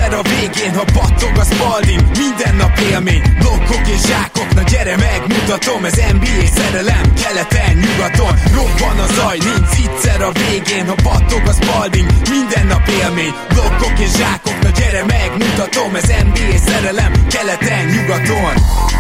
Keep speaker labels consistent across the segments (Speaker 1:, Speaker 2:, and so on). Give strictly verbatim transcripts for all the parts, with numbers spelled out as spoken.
Speaker 1: Nyer a végén, ha battog a Spalding. Minden nap élmény, blokkok és zsákok. Na gyere megmutatom, ez en bé á szerelem. Keleten, nyugaton, robban a zaj. Nincs viccer a végén, ha battog a Spalding. Minden nap élmény, blokkok és zsákok. Na gyere megmutatom, ez en bé á szerelem. Keleten, nyugaton.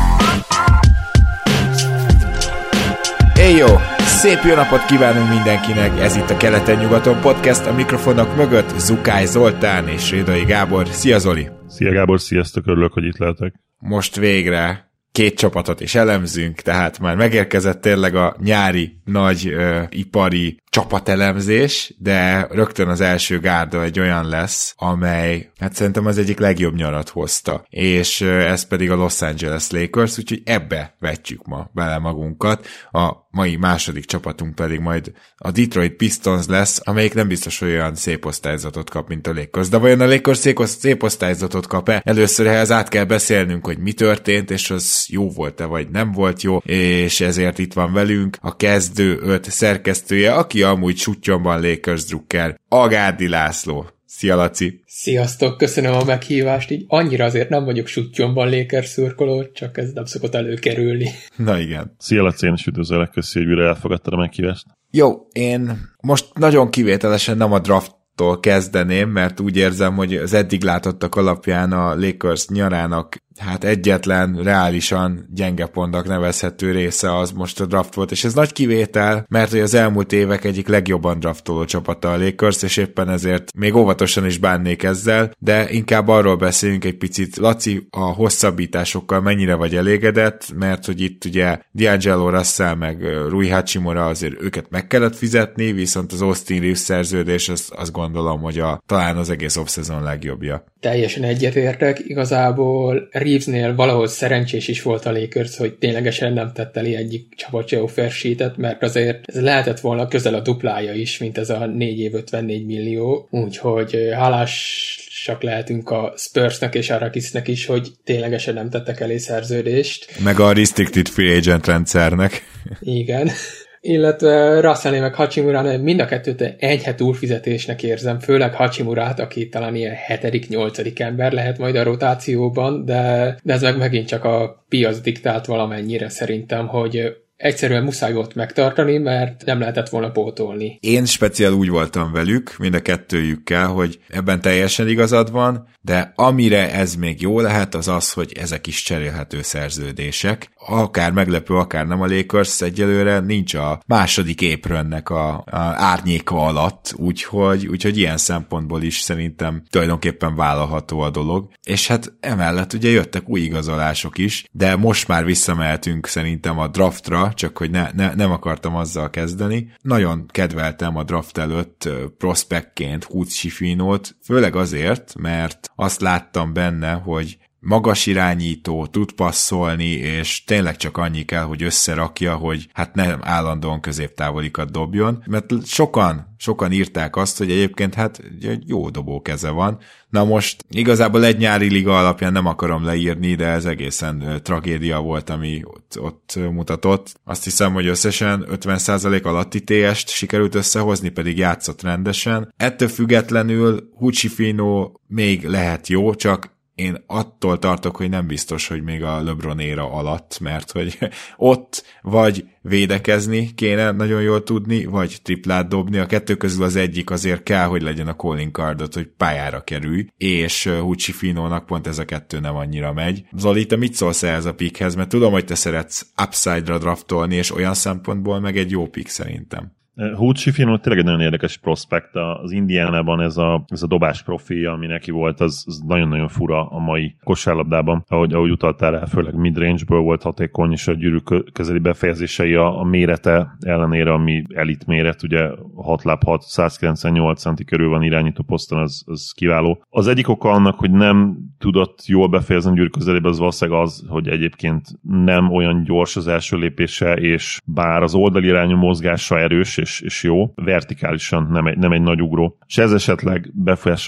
Speaker 2: Éjjó! Szép jó napot kívánunk mindenkinek! Ez itt a Keleten-nyugaton podcast, a mikrofonok mögött Zukály Zoltán és Rédai Gábor. Szia Zoli!
Speaker 3: Szia Gábor, sziasztok, örülök, hogy itt lehetek.
Speaker 2: Most végre két csapatot is elemzünk, tehát már megérkezett tényleg a nyári nagy ö, ipari csapatelemzés, de rögtön az első gárda egy olyan lesz, amely hát szerintem az egyik legjobb nyarat hozta, és ö, ez pedig a Los Angeles Lakers, úgyhogy ebbe vetjük ma bele magunkat. A mai második csapatunk pedig majd a Detroit Pistons lesz, amelyik nem biztos olyan szép osztályzatot kap, mint a Lakers. De vajon a Lakers szép osztályzatot kap-e? Először ehhez át kell beszélnünk, hogy mi történt, és az jó volt-e, vagy nem volt jó, és ezért itt van velünk a kezdő öt szerkesztője, aki amúgy suttyonban Lakers drukker, Agárdi László. Szia, Laci!
Speaker 4: Sziasztok, köszönöm a meghívást, így annyira azért nem vagyok suttyonban Lakers szurkoló, csak ez nem szokott előkerülni.
Speaker 2: Na igen.
Speaker 3: Szia, Laci, én is üdvözöllek, köszi, hogy újra elfogadtad a meghívást.
Speaker 2: Jó, én most nagyon kivételesen nem a drafttól kezdeném, mert úgy érzem, hogy az eddig látottak alapján a Lakers nyarának hát egyetlen reálisan gyenge pontnak nevezhető része az most a draft volt, és ez nagy kivétel, mert hogy az elmúlt évek egyik legjobban draftoló csapata a Lakers, és éppen ezért még óvatosan is bánnék ezzel, de inkább arról beszéljünk egy picit. Laci, a hosszabbításokkal mennyire vagy elégedett, mert hogy itt ugye D'Angelo Russell meg Rui Hachimura azért őket meg kellett fizetni, viszont az Austin Reeves szerződés az, azt gondolom, hogy a, talán az egész off-szezon legjobbja.
Speaker 4: Teljesen egyetértek, igazából Reevesnél valahol szerencsés is volt a Lakers, hogy ténylegesen nem tett elé egyik csapat se offer sheetet, mert azért ez lehetett volna közel a duplája is, mint ez a négy év ötvennégy millió, úgyhogy hálásak lehetünk a Spursnek és Arakisnek is, hogy ténylegesen nem tettek elé szerződést.
Speaker 2: Meg a restricted free agent rendszernek.
Speaker 4: Igen. Illetve Russell meg Hachimurán mind a kettőt enyhe túlfizetésnek érzem, főleg Hachimurát, aki talán ilyen hetedik, nyolcadik ember lehet majd a rotációban, de, de ez meg megint csak a piac diktált valamennyire szerintem, hogy egyszerűen muszáj volt megtartani, mert nem lehetett volna pótolni.
Speaker 2: Én speciál úgy voltam velük, mind a kettőjükkel, hogy ebben teljesen igazad van, de amire ez még jó lehet, az az, hogy ezek is cserélhető szerződések. Akár meglepő, akár nem, a Lakers egyelőre nincs a második apronnek a, a árnyéka alatt, úgyhogy, úgyhogy ilyen szempontból is szerintem tulajdonképpen vállalható a dolog. És hát emellett ugye jöttek új igazolások is, de most már visszamehetünk szerintem a draftra, csak hogy ne, ne, nem akartam azzal kezdeni. Nagyon kedveltem a draft előtt prospektként Hutz Schifinót, főleg azért, mert azt láttam benne, hogy magas irányító, tud passzolni, és tényleg csak annyi kell, hogy összerakja, hogy hát nem állandóan középtávolikat dobjon, mert sokan, sokan írták azt, hogy egyébként hát jó dobókeze van. Na most igazából egy nyári liga alapján nem akarom leírni, de ez egészen tragédia volt, ami ott, ott mutatott. Azt hiszem, hogy összesen ötven százalék alatti té est sikerült összehozni, pedig játszott rendesen. Ettől függetlenül Hutchifino még lehet jó, csak én attól tartok, hogy nem biztos, hogy még a LeBron éra alatt, mert hogy ott vagy védekezni kéne nagyon jól tudni, vagy triplát dobni. A kettő közül az egyik azért kell, hogy legyen a calling cardot, hogy pályára kerülj, és Hutchifinónak pont ez a kettő nem annyira megy. Zoli, te mit szólsz ehhez a pickhez? Mert tudom, hogy te szeretsz upside-ra draftolni, és olyan szempontból meg egy jó pick szerintem.
Speaker 3: Hutch Schifino tényleg egy nagyon érdekes prospekt. Az Indiánában ez a, ez a dobás profilja, ami neki volt, az, az nagyon-nagyon fura a mai kosárlabdában. Ahogy, ahogy utaltál rá, főleg midrange-ből volt hatékony, és a gyűrű közeli befejezései a, a mérete ellenére, ami elit méret, ugye hat láb hat, százkilencvennyolc centi körül van irányító poszton, az, az kiváló. Az egyik oka annak, hogy nem tudott jól befejezni a gyűrű közelébe, az valószínűleg az, hogy egyébként nem olyan gyors az első lépése, és bár az oldalirányú mozgása erős, és, és jó, vertikálisan nem egy, nem egy nagy ugró. És ez esetleg befolyásolhat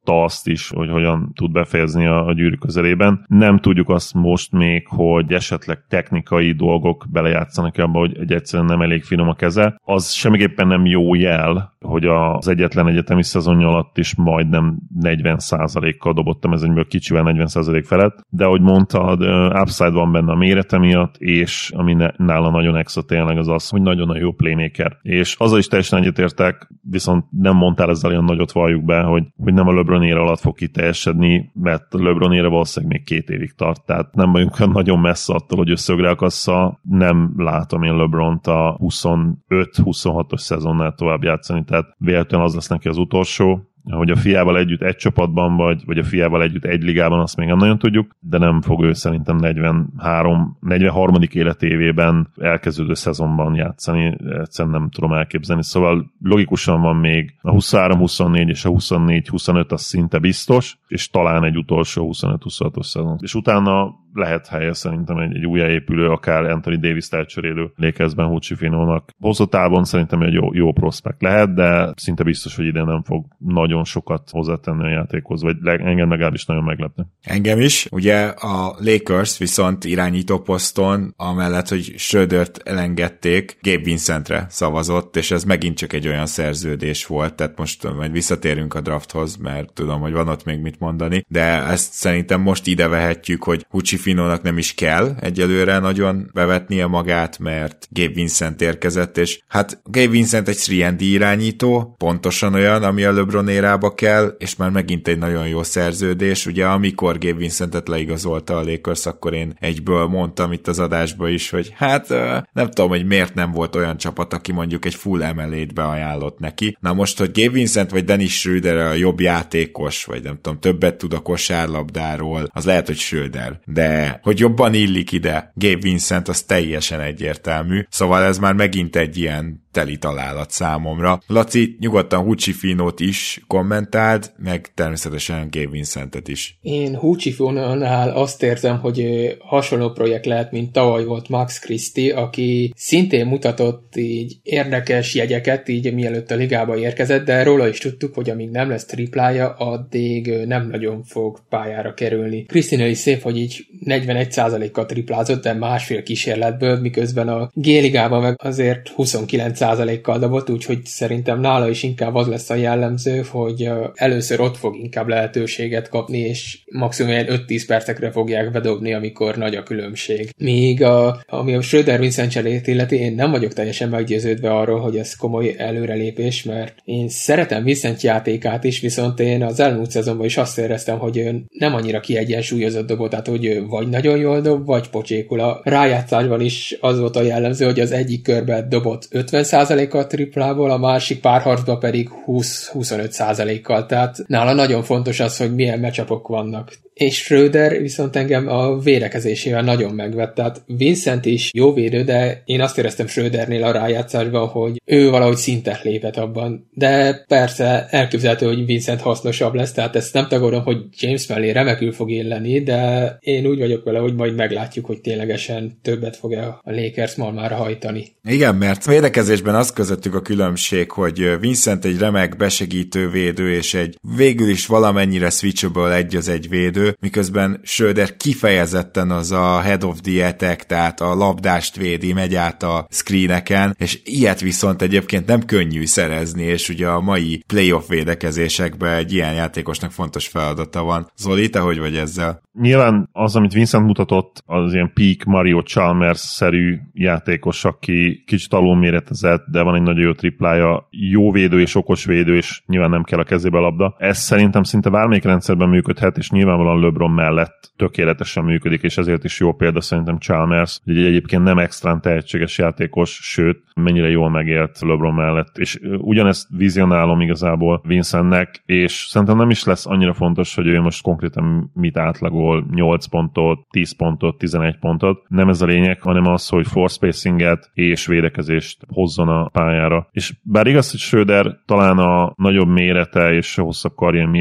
Speaker 3: mutatta azt is, hogy hogyan tud befejezni a, a gyűrű közelében. Nem tudjuk azt most még, hogy esetleg technikai dolgok belejátszanak abba, hogy egy egyszerűen nem elég finom a keze. Az semmiképpen nem jó jel, hogy az egyetlen egyetemi szezonja alatt is majdnem negyven százalékkal dobott a mezőnyből, kicsivel negyven százalék felett, de ahogy mondtad, upside van benne a mérete miatt, és ami nála nagyon extra tényleg az az, hogy nagyon jó playmaker. És azzal is teljesen egyetértek, viszont nem mondtál ezzel olyan nagyot, valljuk be, hogy, hogy nem a LeBron éra alatt fog kiteljesedni, mert a LeBron éra valószínűleg még két évig tart, tehát nem vagyunk olyan nagyon messze attól, hogy összeugrálkassza, nem látom én LeBront a huszonöt-huszonhatos szezonnál tovább játszani, tehát véletlenül az lesz neki az utolsó, hogy a fiával együtt egy csapatban vagy, vagy a fiával együtt egy ligában, azt még nem nagyon tudjuk, de nem fog ő szerintem negyvenhárom, negyvenharmadik életévében elkezdődő szezonban játszani, egyszerűen nem tudom elképzelni, szóval logikusan van még a huszonhárom huszonnégy és a huszonnégy huszonöt az szinte biztos, és talán egy utolsó huszonöt-huszonhatos szezon. És utána lehet helye szerintem egy, egy újjáépülő, akár Anthony Davis-t elcserélő Lakersben Hucci Finónak. Hosszú távon szerintem egy jó, jó prospekt lehet, de szinte biztos, hogy idén nem fog nagyon sokat hozzátenni a játékhoz, vagy engem legalábbis nagyon meglepne.
Speaker 2: Engem is. Ugye a Lakers viszont irányító poszton, amellett, hogy Schrödert elengedték, Gabe Vincentre szavazott, és ez megint csak egy olyan szerződés volt, tehát most majd visszatérünk a drafthoz, mert tudom, hogy van ott még mit mondani, de ezt szerintem most ide vehetjük, hogy Hucci Finónak nem is kell egyelőre nagyon bevetnie magát, mert Gabe Vincent érkezett, és hát Gabe Vincent egy három and D irányító, pontosan olyan, ami a LeBron érába kell, és már megint egy nagyon jó szerződés. Ugye amikor Gabe Vincentet leigazolta a Lakers, akkor én egyből mondtam itt az adásba is, hogy hát nem tudom, hogy miért nem volt olyan csapat, aki mondjuk egy full em el á-t beajánlott neki. Na most, hogy Gabe Vincent vagy Dennis Schröder a jobb játékos, vagy nem tudom, többet tud a kosárlabdáról, az lehet, hogy Schröder, de hogy jobban illik ide Gabe Vincent, az teljesen egyértelmű. Szóval ez már megint egy ilyen teli találat számomra. Laci, nyugodtan Hucci Finót is kommentáld, meg természetesen Gabe Vincentet is.
Speaker 4: Én Hucci Finónál azt érzem, hogy hasonló projekt lehet, mint tavaly volt Max Christie, aki szintén mutatott így érdekes jegyeket, így mielőtt a ligába érkezett, de róla is tudtuk, hogy amíg nem lesz triplája, addig nem nagyon fog pályára kerülni. Christie-nél is szép, hogy így negyvenegy százalékkal triplázott, de másfél kísérletből, miközben a G-ligában meg azért huszonkilenc százalékkal dobott, úgyhogy szerintem nála is inkább az lesz a jellemző, hogy először ott fog inkább lehetőséget kapni, és maximum öt-tíz percekre fogják bedobni, amikor nagy a különbség. Míg a, ami a Schröder-Vincent cserét illeti, én nem vagyok teljesen meggyőződve arról, hogy ez komoly előrelépés, mert én szeretem Vincent játékát is, viszont én az elmúlt szezonban is azt éreztem, hogy ő nem annyira kiegyensúlyozott dobó, tehát hogy ő vagy nagyon jól dob, vagy pocsékul. A rájátszásban is az volt a jellemző, hogy az egyik körben dobott ötven százalékkal triplából, a másik párharcban pedig húsz-huszonöt százalékkal, tehát nála nagyon fontos az, hogy milyen matchupok vannak. És Schröder viszont engem a védekezésével nagyon megvett, tehát Vincent is jó védő, de én azt éreztem Schrödernél a rájátszásban, hogy ő valahogy szintet lépett abban. De persze elképzelhető, hogy Vincent hasznosabb lesz, tehát ezt nem tagadom, hogy James mellé remekül fog illeni, de én úgy vagyok vele, hogy majd meglátjuk, hogy ténylegesen többet fog a Lakers malmára hajtani.
Speaker 2: Igen, mert védekezésben az közöttük a különbség, hogy Vincent egy remek besegítő védő, és egy végül is valamennyire switchable egy az egy védő, miközben Schröder kifejezetten az a head of the attack, tehát a labdást védi, megy át a screeneken, és ilyet viszont egyébként nem könnyű szerezni, és ugye a mai playoff védekezésekben egy ilyen játékosnak fontos feladata van. Zoli, te hogy vagy ezzel?
Speaker 3: Nyilván az, amit Vincent mutatott, az ilyen peak Mario Chalmers-szerű játékos, aki kicsit alulméretezett, de van egy nagyon jó triplája, jó védő és okos védő, és nyilván nem kell a kezébe a labda. Ez szerintem szinte bármelyik rendszerben működhet, és nyilvánvalóan LeBron mellett tökéletesen működik, és ezért is jó példa szerintem Chalmers, hogy egy egyébként nem extrán tehetséges játékos, sőt, mennyire jól megélt LeBron mellett. És ugyanezt vizionálom igazából Vincentnek, és szerintem nem is lesz annyira fontos, hogy ő most konkrétan mit átlagol, nyolc pontot, tíz pontot, tizenegy pontot. Nem ez a lényeg, hanem az, hogy floor spacinget és védekezést hozzon a pályára. És bár igaz, hogy Schröder talán a nagyobb mérete és a hosszabb karrier miatt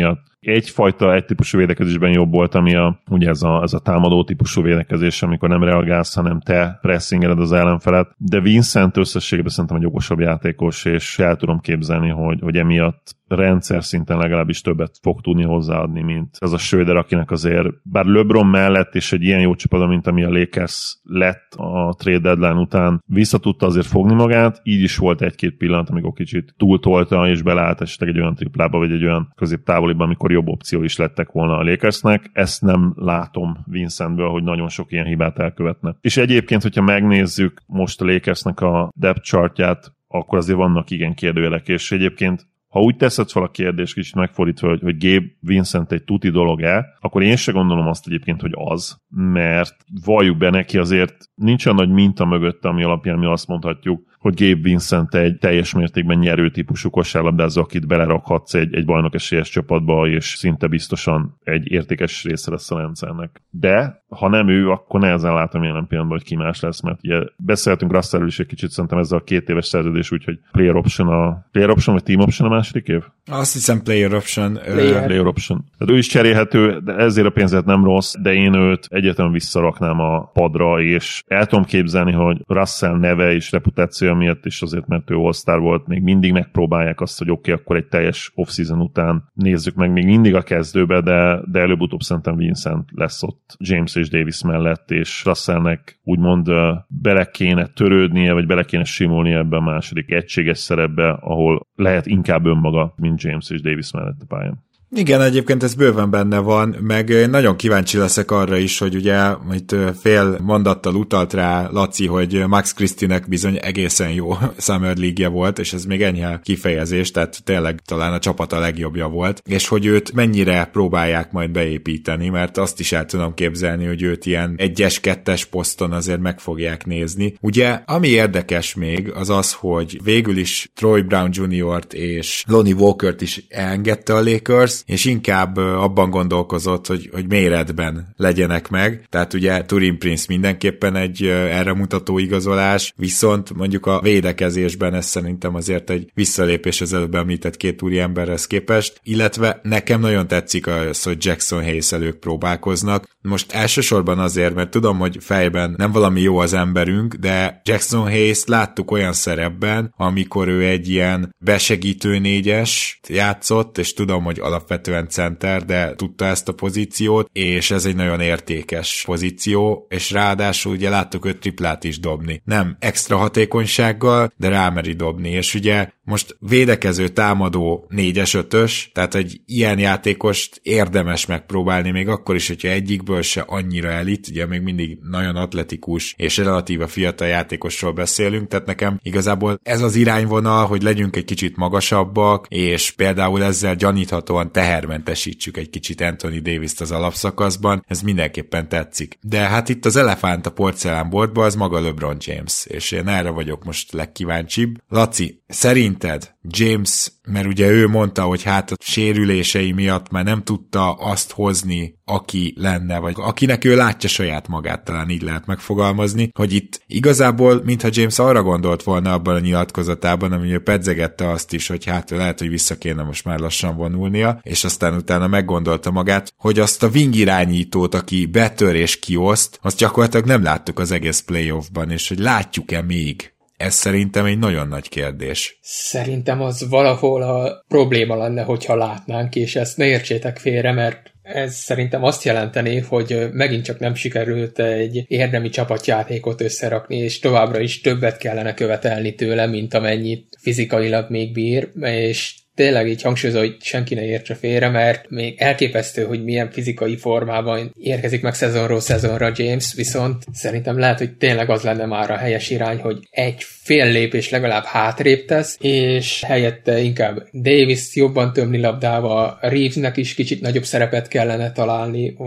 Speaker 3: egyfajta egy típusú védekezésben jobb volt, ami a, ugye ez a, ez a támadó típusú védekezés, amikor nem reagálsz, hanem te pressingeled az ellenfelet, de Vincent összességében szerintem egy okosabb játékos, és el tudom képzelni, hogy, hogy emiatt rendszer szinten legalábbis többet fog tudni hozzáadni, mint az a Schröder, akinek azért, bár LeBron mellett és egy ilyen jó csapat, mint ami a Lakers lett a trade deadline után, vissza tudta azért fogni magát, így is volt egy-két pillanat, amikor kicsit túltolta és beleállt esetleg egy olyan triplába, vagy egy olyan középtávoliban, amikor jobb opció is lettek volna a Lakersnek. Ezt nem látom Vincentből, hogy nagyon sok ilyen hibát elkövetne. És egyébként, hogyha megnézzük most a Lakersnek a depth chartját, akkor azért vannak igen kérdőjelek, és egyébként ha úgy teszed fel a kérdést, kicsit megfordítva, hogy, hogy Gabe Vincent egy tuti dolog-e, akkor én se gondolom azt egyébként, hogy az, mert valljuk be neki azért nincs olyan nagy minta mögötte, ami alapján mi azt mondhatjuk, hogy Gabe Vincent egy teljes mértékben nyerő típusú kosárlabdázó, akit belerakhatsz egy, egy bajnok esélyes csapatba, és szinte biztosan egy értékes része lesz a rendszernek. De ha nem ő, akkor nehezen látom jelen pillanatban, hogy ki más lesz, mert ugye beszéltünk Russellről is egy kicsit, szerintem ezzel a két éves szerződés, úgyhogy player option, a player option vagy team option a második év?
Speaker 2: Azt hiszem player option.
Speaker 4: Player,
Speaker 3: player option. Tehát ő is cserélhető, de ezért a pénzért nem rossz, de én őt egyértelműen visszaraknám a padra, és el tudom képzelni, hogy Russell neve és reputáció miatt is azért, mert ő all-star volt, még mindig megpróbálják azt, hogy oké, okay, akkor egy teljes off-season után nézzük meg még mindig a kezdőbe, de, de előbb-utóbb szerintem Vincent lesz ott James és Davis mellett, és Russellnek úgymond bele kéne törődnie, vagy bele kéne simulnia ebben a második egységes szerepbe, ahol lehet inkább önmaga, mint James és Davis mellett a pályán.
Speaker 2: Igen, egyébként ez bőven benne van, meg én nagyon kíváncsi leszek arra is, hogy ugye itt fél mondattal utalt rá Laci, hogy Max Christie-nek bizony egészen jó Summer League-je volt, és ez még enyhe kifejezés, tehát tényleg talán a csapat a legjobbja volt, és hogy őt mennyire próbálják majd beépíteni, mert azt is el tudom képzelni, hogy őt ilyen egyes, kettes poszton azért meg fogják nézni. Ugye, ami érdekes még, az az, hogy végül is Troy Brown juniort és Lonnie Walkert is elengedte a Lakers, és inkább abban gondolkozott, hogy, hogy méretben legyenek meg. Tehát ugye Turin Prince mindenképpen egy erre mutató igazolás, viszont mondjuk a védekezésben ez szerintem azért egy visszalépés az előbb említett két úri emberhez képest, illetve nekem nagyon tetszik az, hogy Jackson Hayes-el ők próbálkoznak. Most elsősorban azért, mert tudom, hogy fejben nem valami jó az emberünk, de Jackson Hayes láttuk olyan szerepben, amikor ő egy ilyen besegítő négyes játszott, és tudom, hogy alapvetően center, de tudta ezt a pozíciót, és ez egy nagyon értékes pozíció, és ráadásul ugye láttuk őt triplát is dobni. Nem extra hatékonysággal, de rámeri dobni, és ugye most védekező, támadó négyes, ötös, tehát egy ilyen játékost érdemes megpróbálni, még akkor is, hogyha egyikből se annyira elit, ugye még mindig nagyon atletikus és relatíva fiatal játékosról beszélünk, tehát nekem igazából ez az irányvonal, hogy legyünk egy kicsit magasabbak, és például ezzel gyaníthatóan tehermentesítsük egy kicsit Anthony Davis-t az alapszakaszban, ez mindenképpen tetszik. De hát itt az elefánt a porcelánboltban az maga LeBron James, és én erre vagyok most legkíváncsibb. Laci, szerinted James, mert ugye ő mondta, hogy hát a sérülései miatt már nem tudta azt hozni, aki lenne, vagy akinek ő látja saját magát, talán így lehet megfogalmazni, hogy itt igazából, mintha James arra gondolt volna abban a nyilatkozatában, ami ő pedzegette azt is, hogy hát lehet, hogy vissza kéne most már lassan vonulnia, és aztán utána meggondolta magát, hogy azt a wing irányítót, aki betör és kioszt, azt gyakorlatilag nem láttuk az egész playoffban, és hogy látjuk-e még? Ez szerintem egy nagyon nagy kérdés.
Speaker 4: Szerintem az valahol a probléma lenne, hogyha látnánk, és ezt ne értsétek félre, mert ez szerintem azt jelenteni, hogy megint csak nem sikerült egy érdemi csapatjátékot összerakni, és továbbra is többet kellene követelni tőle, mint amennyit fizikailag még bír, és tényleg így hangsúlyozom, hogy senki ne értse félre, mert még elképesztő, hogy milyen fizikai formában érkezik meg szezonról szezonra James, viszont szerintem lehet, hogy tényleg az lenne már a helyes irány, hogy egy fél lépés legalább hátrébb tesz, és helyette inkább Davis jobban tömni labdával, Reevesnek is kicsit nagyobb szerepet kellene találni, hogy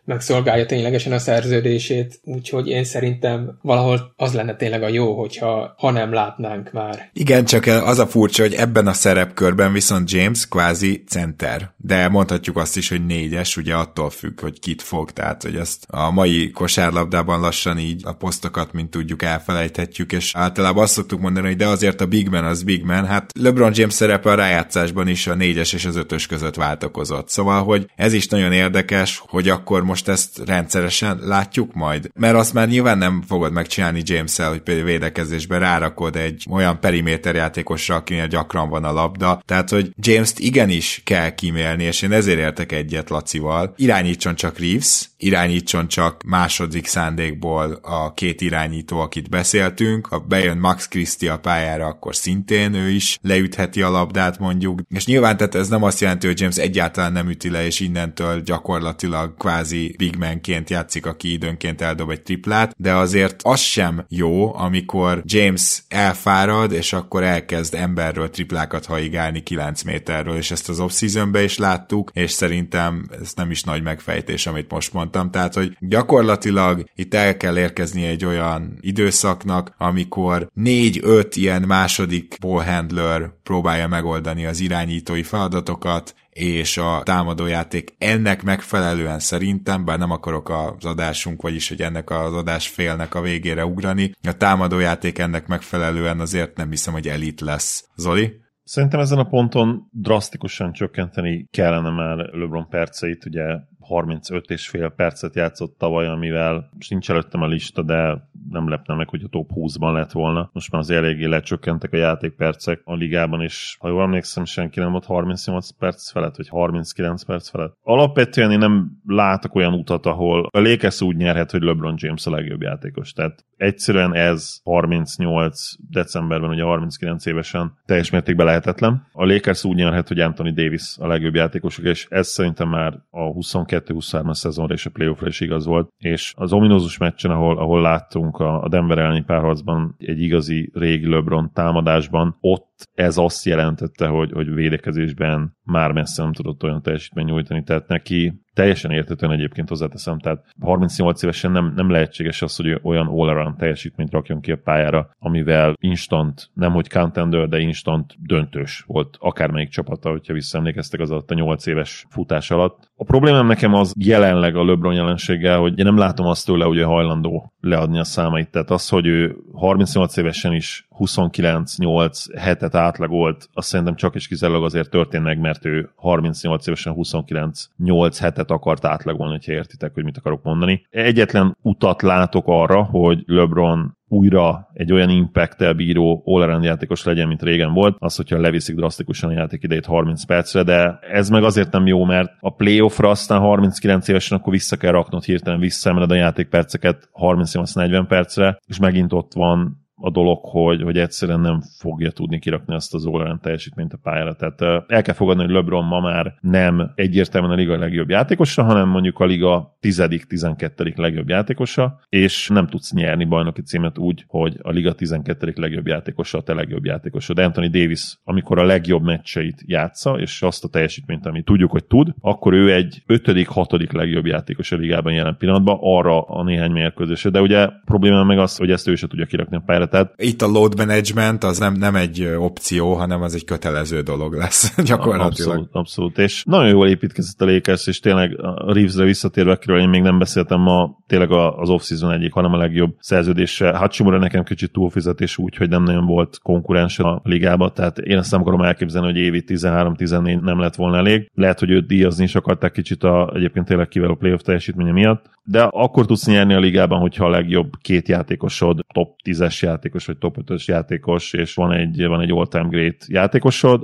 Speaker 4: megszolgálja ténylegesen a szerződését, úgyhogy én szerintem valahol az lenne tényleg a jó, hogyha ha nem látnánk már.
Speaker 2: Igen, csak az a furcsa, hogy ebben a szerepkörben viszont James kvázi center, de mondhatjuk azt is, hogy négyes, ugye attól függ, hogy kit fog, tehát hogy ezt a mai kosárlabdában lassan így a posztokat, mint tudjuk, elfelejthetjük, és általában azt szoktuk mondani, hogy de azért a big man az big man, hát LeBron James szerepe a rájátszásban is a négyes és az ötös között váltakozott. Szóval, hogy ez is nagyon érdekes, hogy akkor most ezt rendszeresen látjuk majd. Mert azt már nyilván nem fogod megcsinálni James-el, hogy például védekezésben rárakod egy olyan periméterjátékosra, akinél gyakran van a labda. Tehát, hogy James-t igenis kell kímélni, és én ezért értek egyet Lacival. Irányítson csak Reeves, irányítson csak második szándékból a két irányító, akit beszéltünk. Ha bejön Max Christie a pályára, akkor szintén ő is leütheti a labdát mondjuk. És nyilván tehát ez nem azt jelenti, hogy James egyáltalán nem üti le, és innentől gyakorlatilag kvázi big manként játszik, aki időnként eldob egy triplát, de azért az sem jó, amikor James elfárad, és akkor elkezd emberről triplákat haigálni kilenc méterről, és ezt az off-seasonben is láttuk, és szerintem ez nem is nagy megfejtés, amit most mondtam, tehát, hogy gyakorlatilag itt el kell érkezni egy olyan időszaknak, amikor négy-öt ilyen második ballhandler próbálja megoldani az irányítói feladatokat, és a támadójáték ennek megfelelően szerintem, bár nem akarok az adásunk, vagyis hogy ennek az adás félnek a végére ugrani, a támadójáték ennek megfelelően azért nem hiszem, hogy elit lesz. Zoli?
Speaker 3: Szerintem ezen a ponton drasztikusan csökkenteni kellene már LeBron perceit, ugye harmincöt és fél percet játszott tavaly, amivel most nincs előttem a lista, de nem lepne meg, hogy a top húszban lett volna. Most már az eléggé lecsökkentek a játékpercek a ligában, és ha jól emlékszem, senki nem ott harmincnyolc perc felett, vagy harminckilenc perc felett. Alapvetően én nem látok olyan utat, ahol a Lakers úgy nyerhet, hogy LeBron James a legjobb játékos. Tehát egyszerűen ez harmincnyolc decemberben, ugye harminckilenc évesen teljes mértékben lehetetlen. A Lakers úgy nyerhet, hogy Anthony Davis a legjobb játékosok, és ez szerintem már a huszonkettő huszonhárom szezonra és a playoffra is igaz volt. És az ominózus meccsen, ahol, ahol láttunk a, a Denver elleni párharcban egy igazi régi LeBron támadásban, ott ez azt jelentette, hogy, hogy védekezésben már messze nem tudott olyan teljesítmény nyújtani, tehát neki teljesen értetően egyébként hozzáteszem, tehát harmincnyolc évesen nem, nem lehetséges az, hogy olyan all-around teljesítményt rakjon ki a pályára, amivel instant, nemhogy contender, de instant döntős volt akármelyik csapata, hogyha visszaemlékeztek az alatt a nyolc éves futás alatt. A problémám nekem az jelenleg a LeBron jelenséggel, hogy én nem látom azt tőle, hogy ő hajlandó leadni a számait, tehát az, hogy ő harmincnyolc évesen is huszonkilenc nyolc hetet átlagolt, azt szerintem csak és kizárólag azért történt meg, mert ő harmincnyolc évesen huszonkilenc nyolc hetet akart átlagolni, hogyha értitek, hogy mit akarok mondani. Egyetlen utat látok arra, hogy LeBron újra egy olyan impact-tel bíró all-around játékos legyen, mint régen volt, az, hogyha leviszik drasztikusan a játékidejét harminc percre, de ez meg azért nem jó, mert a playoffra aztán harminckilenc évesen akkor vissza kell raknod, hirtelen visszaemeled a játékperceket harmincnyolc-negyven percre, és megint ott van a dolog, hogy, hogy egyszerűen nem fogja tudni kirakni azt az all-around teljesítményt a pályára. Tehát uh, el kell fogadni, hogy LeBron ma már nem egyértelműen a liga legjobb játékosa, hanem mondjuk a liga tizedik tizenkettedik legjobb játékosa, és nem tudsz nyerni bajnoki címet úgy, hogy a liga tizenkettedik legjobb játékosa a te legjobb játékosod. Anthony Davis, amikor a legjobb meccseit játsza, és azt a teljesítményt, amit tudjuk, hogy tud, akkor ő egy ötödik hatodik legjobb játékos a ligában jelen pillanatban, arra a néhány mérkőzésre. De ugye probléma meg az, hogy ezt ő se tudja kirakni a pályára. Tehát
Speaker 2: itt a load management az nem, nem egy opció, hanem az egy kötelező dolog lesz gyakorlatilag.
Speaker 3: Abszolút, abszolút. És nagyon jól építkezett a Lakers, és tényleg a Reevesre visszatérve, akiről én még nem beszéltem ma, tényleg az off-season egyik, hanem a legjobb szerződése. Hachimura nekem kicsit túlfizetés úgy, hogy nem nagyon volt konkurens a ligában, tehát én ezt nem akarom elképzelni, hogy évi tizenhárom tizennégy nem lett volna elég. Lehet, hogy őt díjazni is akarták kicsit a egyébként tényleg kiváló playoff teljesítménye miatt, de akkor tudsz nyerni a ligában, hogyha a legjobb két játékosod, top tízes játékos, vagy top ötös játékos, és van egy, van egy all-time great játékosod,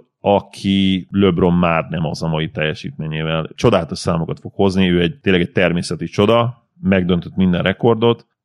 Speaker 3: aki LeBron már nem az a mai teljesítményével. Csodálatos számokat fog hozni, ő egy, tényleg egy természeti csoda, megdöntött minden rekordot,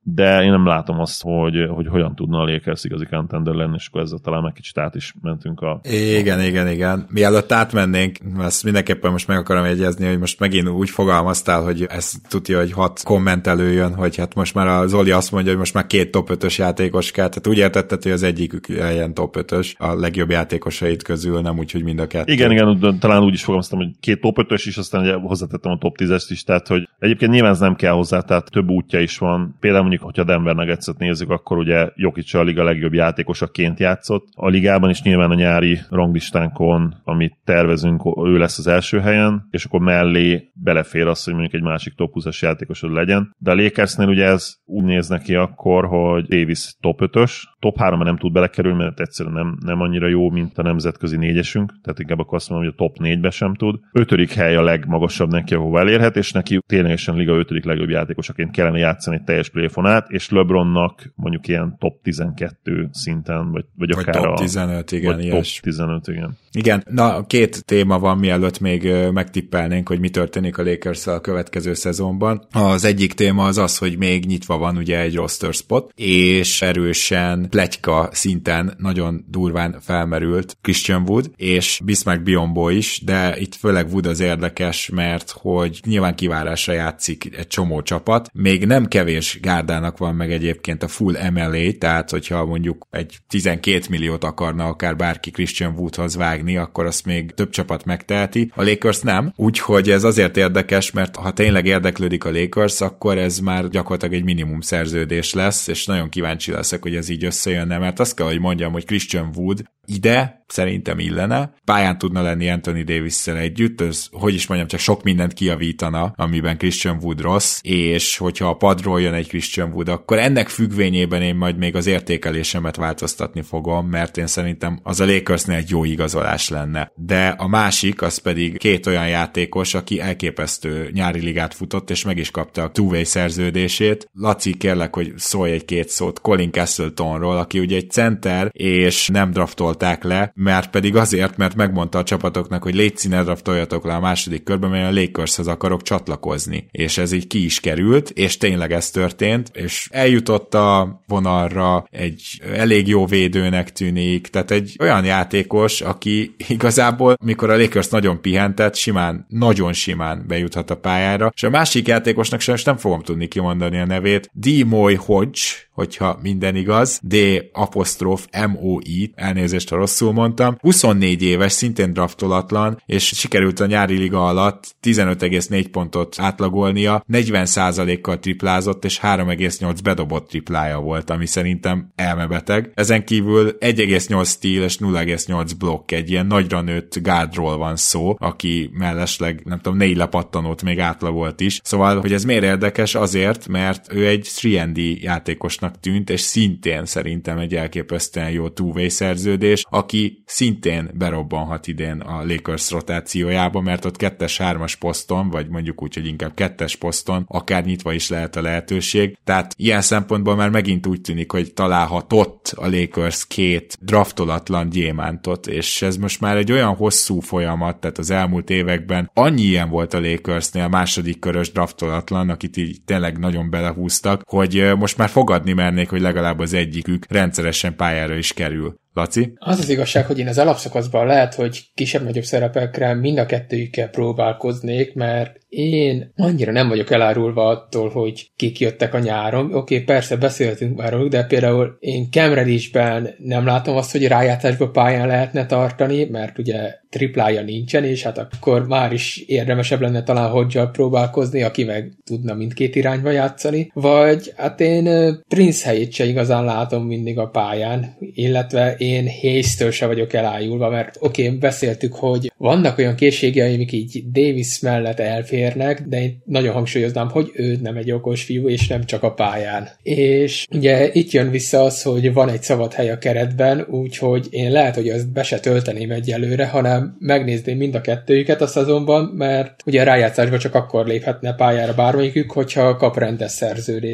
Speaker 3: de én nem látom azt, hogy, hogy hogyan tudna a Lakers igazi contender lenni, és akkor ezzel talán meg kicsit át is mentünk a...
Speaker 2: Igen,
Speaker 3: a...
Speaker 2: igen, igen. Mielőtt átmennénk, ezt mindenképpen most meg akarom jegyezni, hogy most megint úgy fogalmaztál, hogy ez tudja, hogy hat komment előjön, hogy hát most már a Zoli azt mondja, hogy most már két top ötös játékos kell, tehát úgy értetted, hogy az egyikük ilyen top ötös a legjobb játékosait közül, nem úgy, hogy mind a kettő.
Speaker 3: Igen, igen, talán úgy is fogalmaztam, hogy két top ötös is, aztán ugye hozzátettem a top tízest is, tehát hogy egyébként nyilván ez nem kell hozzá, tehát több útja is van. Például mondjuk, hogyha Denver Nuggets-et nézzük, akkor ugye Jokic a liga legjobb játékosaként játszott. A ligában is nyilván a nyári ranglistánkon, amit tervezünk, ő lesz az első helyen, és akkor mellé belefér az, hogy mondjuk egy másik top húszas játékosod legyen. De a Lakersnél ugye ez úgy néz neki akkor, hogy Davis top ötös, top háromban nem tud belekerülni, mert egyszerűen nem, nem annyira jó, mint a nemzetközi négyesünk, tehát inkább akkor azt mondom, hogy a top négybe sem tud. Ötödik hely a legmagasabb neki, ahova elérhet, és neki ténylegesen liga ötödik legjobb játékosaként kellene játszani egy teljes playoffon, és LeBronnak mondjuk ilyen top tizenkettő szinten, vagy, vagy,
Speaker 2: vagy
Speaker 3: akár
Speaker 2: top
Speaker 3: a...
Speaker 2: tizenöt, igen,
Speaker 3: vagy top tizenöt, igen.
Speaker 2: Igen, na két téma van, mielőtt még megtippelnénk, hogy mi történik a Lakers-szel a következő szezonban. Az egyik téma az az, hogy még nyitva van ugye egy roster spot, és erősen pletyka szinten nagyon durván felmerült Christian Wood, és Bismack Biyombo is, de itt főleg Wood az érdekes, mert hogy nyilván kivárásra játszik egy csomó csapat. Még nem kevés gárdának van meg egyébként a full em el á, tehát hogyha mondjuk egy tizenkét milliót akarna akár bárki Christian Woodhoz vágni, akkor azt még több csapat megteheti. A Lakers nem, úgyhogy ez azért érdekes, mert ha tényleg érdeklődik a Lakers, akkor ez már gyakorlatilag egy minimum szerződés lesz, és nagyon kíváncsi leszek, hogy ez így összejönne, mert azt kell, hogy mondjam, hogy Christian Wood ide szerintem illene, pályán tudna lenni Anthony Davis-szel együtt, ez, hogy is mondjam, csak sok mindent kijavítana, amiben Christian Wood rossz, és hogyha a padról jön egy Christian Wood, akkor ennek függvényében én majd még az értékelésemet változtatni fogom, mert én szerintem az a Lakersnél egy jó igazolás lenne. De a másik, az pedig két olyan játékos, aki elképesztő nyári ligát futott, és meg is kapta a two-way szerződését. Laci, kérlek, hogy szólj egy-két szót Colin Castletonról, aki ugye egy center, és nem draftolták le, mert pedig azért, mert megmondta a csapatoknak, hogy légy színe, draftoljatok le a második körben, mert a Lakershez akarok csatlakozni. És ez így ki is került, és tényleg ez történt, és eljutott a vonalra, egy elég jó védőnek tűnik, tehát egy olyan játékos, aki igazából, mikor a Lakers nagyon pihentett, simán, nagyon simán bejuthat a pályára, és a másik játékosnak sem nem fogom tudni kimondani a nevét, Demoy Hodge, hogyha minden igaz, D apostróf M O I, elnézést, ha rosszul mondtam, huszonnégy éves, szintén draftolatlan, és sikerült a nyári liga alatt tizenöt egész négy pontot átlagolnia, negyven százalékkal triplázott, és három egész nyolc bedobott triplája volt, ami szerintem elmebeteg. Ezen kívül egy egész nyolc steal és nulla egész nyolc blokk, egy ilyen nagyra nőtt guardról van szó, aki mellesleg, nem tudom, négy lepattanót még átlagolt is. Szóval, hogy ez miért érdekes? Azért, mert ő egy három and D játékosnak tűnt, és szintén szerintem egy elképesztően jó two-way szerződés, aki szintén berobbanhat idén a Lakers rotációjába, mert ott kettes-hármas poszton, vagy mondjuk úgy, hogy inkább kettes poszton akár nyitva is lehet a lehetőség. Tehát ilyen szempontból már megint úgy tűnik, hogy találhatott a Lakers két draftolatlan gyémántot, és ez most már egy olyan hosszú folyamat, tehát az elmúlt években annyi ilyen volt a Lakersnél, a második körös draftolatlan, akit így tényleg nagyon belehúztak, hogy most már fogadni mernék, hogy legalább az egyikük rendszeresen pályára is kerül. Laci?
Speaker 4: Az az igazság, hogy én az alapszakaszban lehet, hogy kisebb-nagyobb szerepekre mind a kettőjükkel próbálkoznék, mert én annyira nem vagyok elárulva attól, hogy kik jöttek a nyáron. Oké, okay, persze beszéltünk már róluk, de például én Cam Reddish-ben nem látom azt, hogy rájátszásba pályán lehetne tartani, mert ugye triplája nincsen, és hát akkor már is érdemesebb lenne talán Hodge-al próbálkozni, aki meg tudna mindkét irányba játszani. Vagy hát én Prince helyét se igazán látom mindig a pályán, illetve én Hayes-től se vagyok elájulva, mert oké, okay, beszéltük, hogy vannak olyan készségei, amik így Davis mellett elférnek, de én nagyon hangsúlyoznám, hogy ő nem egy okos fiú, és nem csak a pályán. És ugye itt jön vissza az, hogy van egy szabad hely a keretben, úgyhogy én lehet, hogy azt be se tölteném egyelőre, hanem megnézném mind a kettőjüket a szezonban, mert ugye a rájátszásban csak akkor léphetne pályára bármelyikük, hogyha kap rendes szerződést.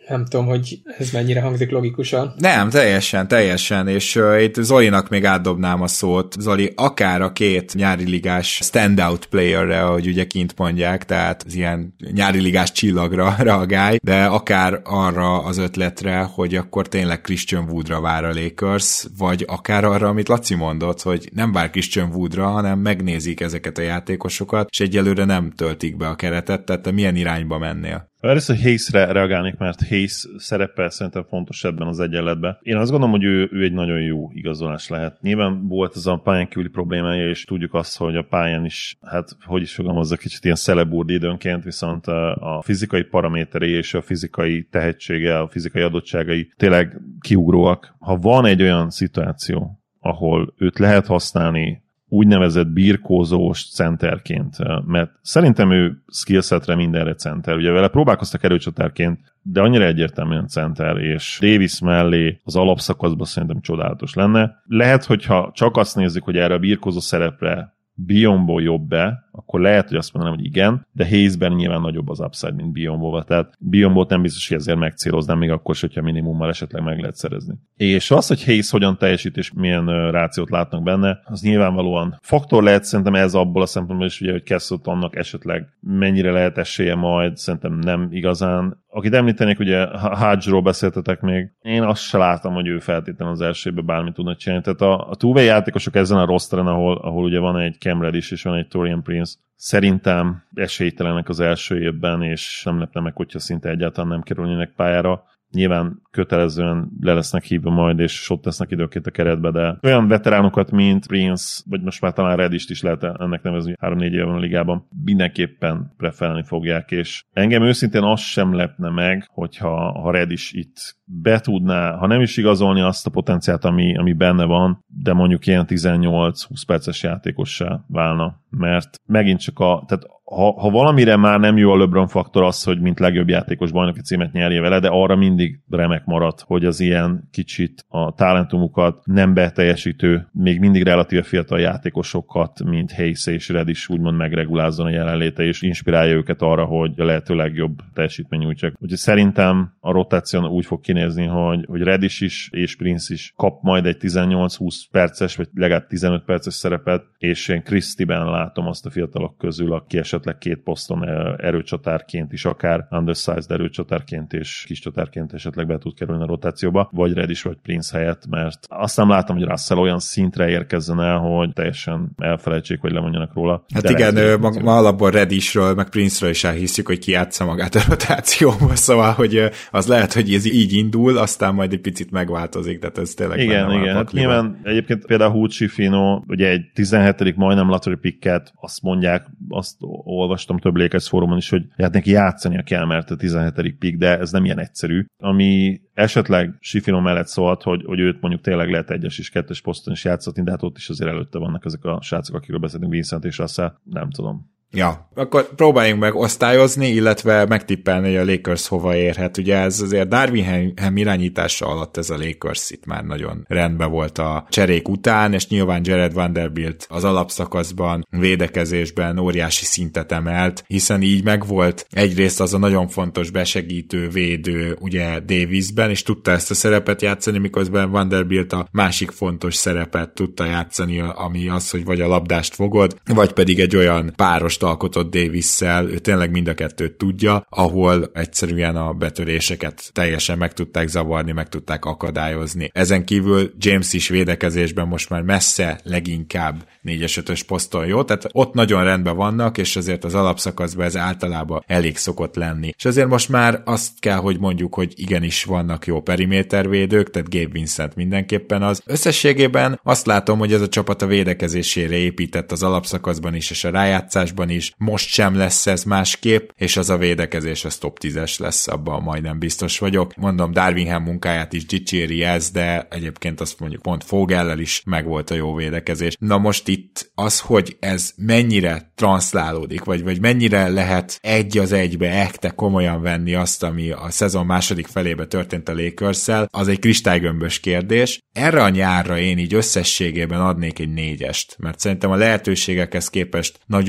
Speaker 4: Nem tudom, hogy ez mennyire hangzik logikusan.
Speaker 2: Nem, teljesen, teljesen, és uh, itt Zolinak még átdobnám a szót. Zoli, akár a két nyári ligás standout playerre, ahogy ugye kint mondják, tehát az ilyen nyári ligás csillagra reagálj, de akár arra az ötletre, hogy akkor tényleg Christian Woodra vár a Lakers, vagy akár arra, amit Laci mondott, hogy nem vár Christian Woodra, hanem megnézik ezeket a játékosokat, és egyelőre nem töltik be a keretet, tehát te milyen irányba mennél?
Speaker 3: Először Hayes-re reagálnék, mert Hayes szerepe szerintem fontos ebben az egyenletben. Én azt gondolom, hogy ő, ő egy nagyon jó igazolás lehet. Nyilván volt ez a pályán kívüli problémája, és tudjuk azt, hogy a pályán is, hát hogy is fogalmazza, kicsit ilyen szelebúrd időnként, viszont a fizikai paraméterei és a fizikai tehetsége, a fizikai adottságai tényleg kiugróak. Ha van egy olyan szituáció, ahol őt lehet használni úgynevezett birkózós centerként, mert szerintem ő skillsetre mindenre center. Ugye vele próbálkoztak erőcsatárként, de annyira egyértelműen center, és Davis mellé az alapszakaszban szerintem csodálatos lenne. Lehet, hogyha csak azt nézzük, hogy erre a birkózó szerepre Biyombo jobb-e, akkor lehet, hogy azt mondanám, hogy igen, de Hayesben nyilván nagyobb az upside, mint Biyombo-val. Tehát Biyombót nem biztos, hogy ezért megcéloznám, még akkor sem, hogyha minimummal esetleg meg lehet szerezni. És az, hogy Hayes hogyan teljesít és milyen uh, rációt látnak benne, az nyilvánvalóan faktor lehet, szerintem ez abból a szempontból is, ugye, hogy Castletonnak esetleg mennyire lehet esélye majd, szerintem nem igazán. Akit említenék, ugye Hodge-ról beszéltetek még, én azt se látom, hogy ő feltétlenül az elsőben bármit tudna csinálni. Tehát a, a two-way játékosok ezen a rosteren, ahol, ahol ugye van egy Cam Reddish és van egy Taurean Prince, szerintem esélytelenek az első évben, és nem lepne meg, hogyha szinte egyáltalán nem kerülnének pályára. Nyilván kötelezően le lesznek hívva majd, és ott lesznek időként a keretbe, de olyan veteránokat, mint Prince, vagy most már talán Reddist is lehet ennek nevezni, három-négy éve van a ligában, mindenképpen preferálni fogják, és engem őszintén az sem lepne meg, hogyha ha Reddish itt be tudná, ha nem is igazolni azt a potenciált, ami, ami benne van, de mondjuk ilyen tizennyolc-húsz perces játékossá válna, mert megint csak a, tehát ha, ha valamire már nem jó a LeBron faktor az, hogy mint legjobb játékos bajnoki címet nyerje vele, de arra mindig remek marad, hogy az ilyen kicsit a talentumukat nem beteljesítő, még mindig relatíve fiatal játékosokat, mint Hayes és Reddish úgymond megregulázzon a jelenléte, és inspirálja őket arra, hogy a lehető legjobb teljesítmény nyújtsak. Úgyhogy szerintem a rotáción úgy fog kinézni, hogy, hogy Reddish is és Prince is kap majd egy tizennyolc-húsz perces, vagy legalább tizenöt perces szerepet, és én Christie-ben látom azt a fiatalok közül, aki esetleg két poszton erőcsatárként is, akár undersized erőcsatárként és kis csatárként esetleg be tud kerülni a rotációba, vagy Reddish vagy Prince helyett, mert azt nem látom, hogy Russell olyan szintre érkezzen el, hogy teljesen elfelejtsék, vagy lemondjanak róla.
Speaker 2: Hát de igen, ő, ma, ma alapból Reddishről, meg Prince-ről is elhiszük, hogy kijátsza magát a rotációba, szóval, hogy az lehet, hogy ez így indul, aztán majd egy picit megváltozik, tehát ez tényleg
Speaker 3: igen, igen. Hát nyilván egyébként például Hugh Schifino, ugye egy tizenhetedik majdnem lottery picket, azt mondják, azt olvastam több Lakers fórumon is, hogy hát neki játszania kell, mert a tizenhetedik pick, de ez nem ilyen egyszerű. Ami esetleg Schifino mellett szólt, hogy, hogy őt mondjuk tényleg lehet egyes és kettes poszton is játszatni, de hát ott is azért előtte vannak ezek a srácok, akikről beszélünk, Vincent és Russell, nem tudom.
Speaker 2: Ja, akkor próbáljunk meg osztályozni, illetve megtippelni, hogy a Lakers hova érhet. Ugye ez azért Darvin Ham irányítása alatt ez a Lakers itt már nagyon rendben volt a cserék után, és nyilván Jared Vanderbilt az alapszakaszban, védekezésben óriási szintet emelt, hiszen így megvolt egyrészt az a nagyon fontos besegítő, védő ugye Davisben, és tudta ezt a szerepet játszani, miközben Vanderbilt a másik fontos szerepet tudta játszani, ami az, hogy vagy a labdást fogod, vagy pedig egy olyan páros alkotott Davisszel, ő tényleg mind a kettőt tudja, ahol egyszerűen a betöréseket teljesen meg tudták zavarni, meg tudták akadályozni. Ezen kívül James is védekezésben most már messze leginkább négyes ötös poszton jó, tehát ott nagyon rendben vannak, és azért az alapszakaszban ez általában elég szokott lenni. És azért most már azt kell, hogy mondjuk, hogy igenis vannak jó perimétervédők, tehát Gabe Vincent mindenképpen az. Összességében azt látom, hogy ez a csapat a védekezésére épített az alapszakaszban is, és a rájátszásban is. Most sem lesz ez másképp, és az a védekezés az top tízes lesz, abban majdnem biztos vagyok. Mondom, Darvin Ham munkáját is dicséri ez, de egyébként azt mondjuk pont Fogellel is megvolt a jó védekezés. Na most itt az, hogy ez mennyire transzlálódik, vagy, vagy mennyire lehet egy az egybe ekte komolyan venni azt, ami a szezon második felébe történt a Lakers-szel, az egy kristálygömbös kérdés. Erre a nyárra én így összességében adnék egy négyest, mert szerintem a lehetőségekhez képest nagyon jó dolgok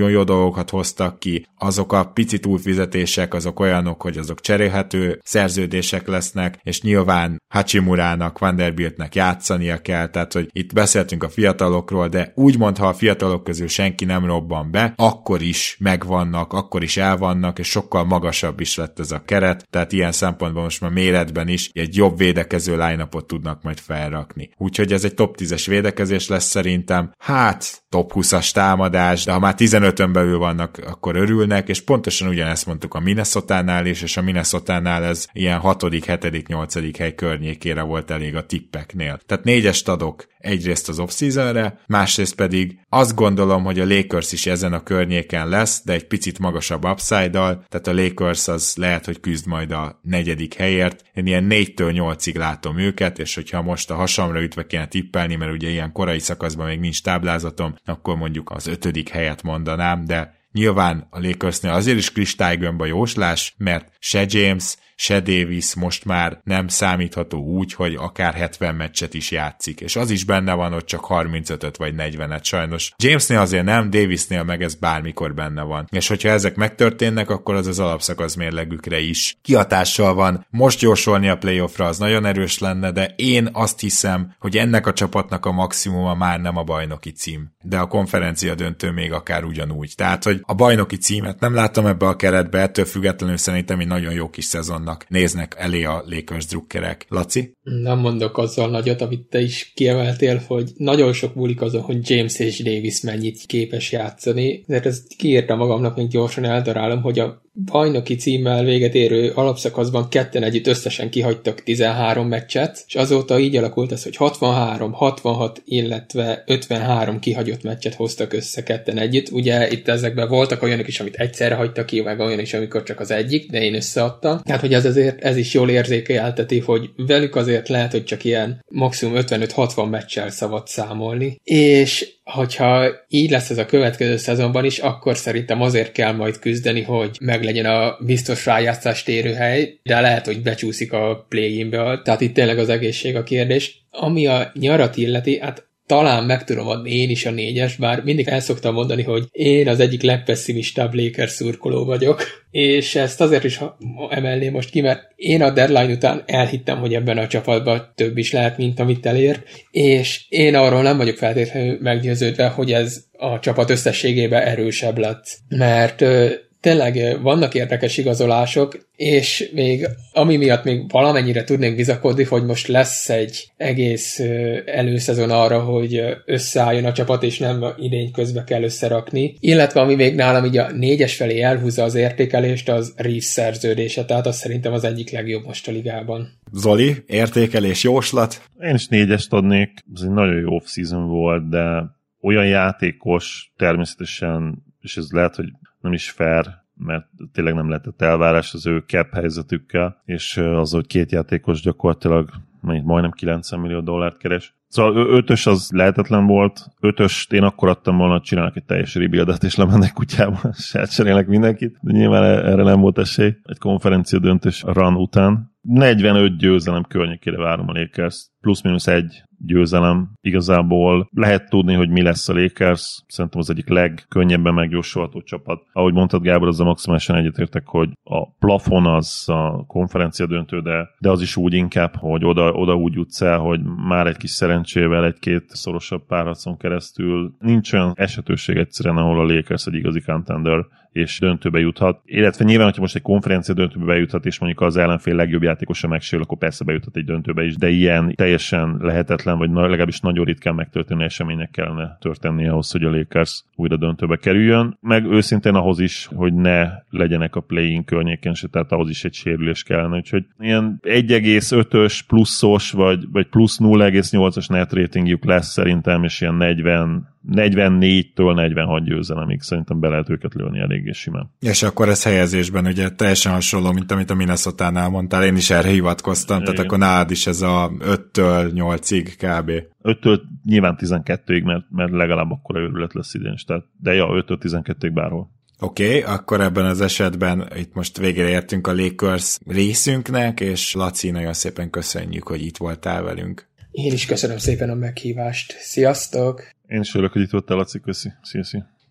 Speaker 2: dolgokat hoztak ki, azok a pici túlfizetések, azok olyanok, hogy azok cserélhető szerződések lesznek, és nyilván Hachimurának, Vanderbiltnek játszania kell, tehát hogy itt beszéltünk a fiatalokról, de úgymond, ha a fiatalok közül senki nem robban be, akkor is megvannak, akkor is elvannak, és sokkal magasabb is lett ez a keret, tehát ilyen szempontból most már méretben is egy jobb védekező line-upot tudnak majd felrakni. Úgyhogy ez egy top tízes védekezés lesz szerintem, hát top húszas támadás, de ha már tizenötön belül vannak, akkor örülnek, és pontosan ugyanezt mondtuk a Minnesotánál is, és a Minnesotánál ez ilyen hatodik, hetedik, nyolcadik hely környékére volt elég a tippeknél. Tehát négyest adok egyrészt az off-seasonre, másrészt pedig azt gondolom, hogy a Lakers is ezen a környéken lesz, de egy picit magasabb upside-dal, tehát a Lakers az lehet, hogy küzd majd a negyedik helyért. Én ilyen négytől nyolcig látom őket, és hogyha most a hasamra ütve kéne tippelni, mert ugye ilyen korai szakaszban még nincs táblázatom, akkor mondjuk az ötödik helyet mondanám, de nyilván a Lakersnél azért is kristálygömb a jóslás, mert se James, se Davis most már nem számítható úgy, hogy akár hetven meccset is játszik, és az is benne van, hogy csak harmincötöt vagy negyvenet sajnos. Jamesnél azért nem, Davisnél meg ez bármikor benne van. És hogyha ezek megtörténnek, akkor az az alapszakasz mérlegükre is kihatással van. Most jósolni a playoffra az nagyon erős lenne, de én azt hiszem, hogy ennek a csapatnak a maximuma már nem a bajnoki cím, de a konferencia döntő még akár ugyanúgy. Tehát, hogy a bajnoki címet nem látom ebbe a keretbe, ettől függetlenül szerintem egy nagyon jó kis szezon néznek elé a Lakers drukkerek. Laci?
Speaker 4: Nem mondok azzal nagyot, amit te is kiemeltél, hogy nagyon sok múlik azon, hogy James és Davis mennyit képes játszani. De ezt kiírtam magamnak, még gyorsan eldarálom, hogy a bajnoki címmel véget érő alapszakaszban ketten együtt összesen kihagytak tizenhárom meccset, és azóta így alakult ez, hogy hatvanhárom, hatvanhat, illetve ötvenhárom kihagyott meccset hoztak össze ketten együtt. Ugye itt ezekben voltak olyanok is, amit egyszerre hagytak ki, meg olyan is, amikor csak az egyik, de én összeadtam. Tehát, hogy ez azért ez is jól érzékelteti, hogy velük azért lehet, hogy csak ilyen maximum ötvenöt-hatvan meccsel szabad számolni. És hogyha így lesz ez a következő szezonban is, akkor szerintem azért kell majd küzdeni, hogy meglegyen a biztos rájátszást érő hely, de lehet, hogy becsúszik a play-inbe, tehát itt tényleg az egészség a kérdés. Ami a nyarat illeti, hát talán meg tudom adni én is a négyes, bár mindig el szoktam mondani, hogy én az egyik legpesszimistább Lakers szurkoló vagyok, és ezt azért is emelném most ki, mert én a deadline után elhittem, hogy ebben a csapatban több is lehet, mint amit elért, és én arról nem vagyok feltétlenül meggyőződve, hogy ez a csapat összességében erősebb lett, mert tényleg vannak érdekes igazolások, és még ami miatt még valamennyire tudnék bizakodni, hogy most lesz egy egész előszezon arra, hogy összeálljon a csapat, és nem idény közbe kell összerakni. Illetve ami még nálam így a négyes felé elhúzza az értékelést, az Reeves szerződése, tehát az szerintem az egyik legjobb most a ligában.
Speaker 2: Zoli, értékelés, jóslat?
Speaker 3: Én is négyest adnék, ez egy nagyon jó off-season volt, de olyan játékos természetesen, és ez lehet, hogy nem is fair, mert tényleg nem lehetett elvárás az ő cap helyzetükkel, és az, hogy két játékos gyakorlatilag majdnem kilencven millió dollárt keres. Szóval ötös az lehetetlen volt, ötöst én akkor adtam volna, hogy csinálnak egy teljes rebuildet, és lemennek kutyába, se cserélnek mindenkit, de nyilván erre nem volt esély. Egy konferencia döntős run után. negyvenöt győzelem környékére várom a Lakers, plusz-minusz egy győzelem. Igazából lehet tudni, hogy mi lesz a Lakers, szerintem az egyik legkönnyebben megjósolható csapat. Ahogy mondtad, Gábor, azzal maximálisan egyetértek, hogy a plafon az a konferencia döntő, de, de az is úgy inkább, hogy oda, oda úgy jutsz el, hogy már egy kis szerencsével egy-két szorosabb párharcon keresztül nincs olyan esetőség egyszerűen, ahol a Lakers egy igazi contender és döntőbe juthat. Illetve nyilván, hogyha most egy konferencia döntőbe bejuthat, és mondjuk az ellenfél legjobb játékosa megsérül, akkor persze bejuthat egy döntőbe is, de ilyen teljesen lehetetlen, vagy legalábbis nagyon ritkán megtörténő események kellene történni ahhoz, hogy a Lakers újra döntőbe kerüljön. Meg őszintén ahhoz is, hogy ne legyenek a play-in környéken se, tehát ahhoz is egy sérülés kellene. Úgyhogy ilyen egy egész ötös pluszos, vagy, vagy plusz nulla egész nyolcas net ratingjük lesz szerintem, és ilyen negyven negyvennégytől negyvenhat győzelemig szerintem be lehet őket lőni eléggé simán.
Speaker 2: És akkor ez helyezésben ugye teljesen hasonló, mint amit a Minnesotánál mondtál, én is erre hivatkoztam, igen. Tehát akkor nálad is ez a öttől nyolcig kb.
Speaker 3: öttől nyilván tizenkettőig, mert, mert legalább akkora őrület lesz idén is, tehát, de ja, öttől tizenkettőig bárhol.
Speaker 2: Oké, okay, akkor ebben az esetben itt most végére értünk a Lakers részünknek, és Laci, nagyon szépen köszönjük, hogy itt voltál velünk.
Speaker 4: Én is köszönöm szépen a meghívást. Sziasztok!
Speaker 3: Én is örülök, hogy itt voltál, Laci, köszi. Szia, szia.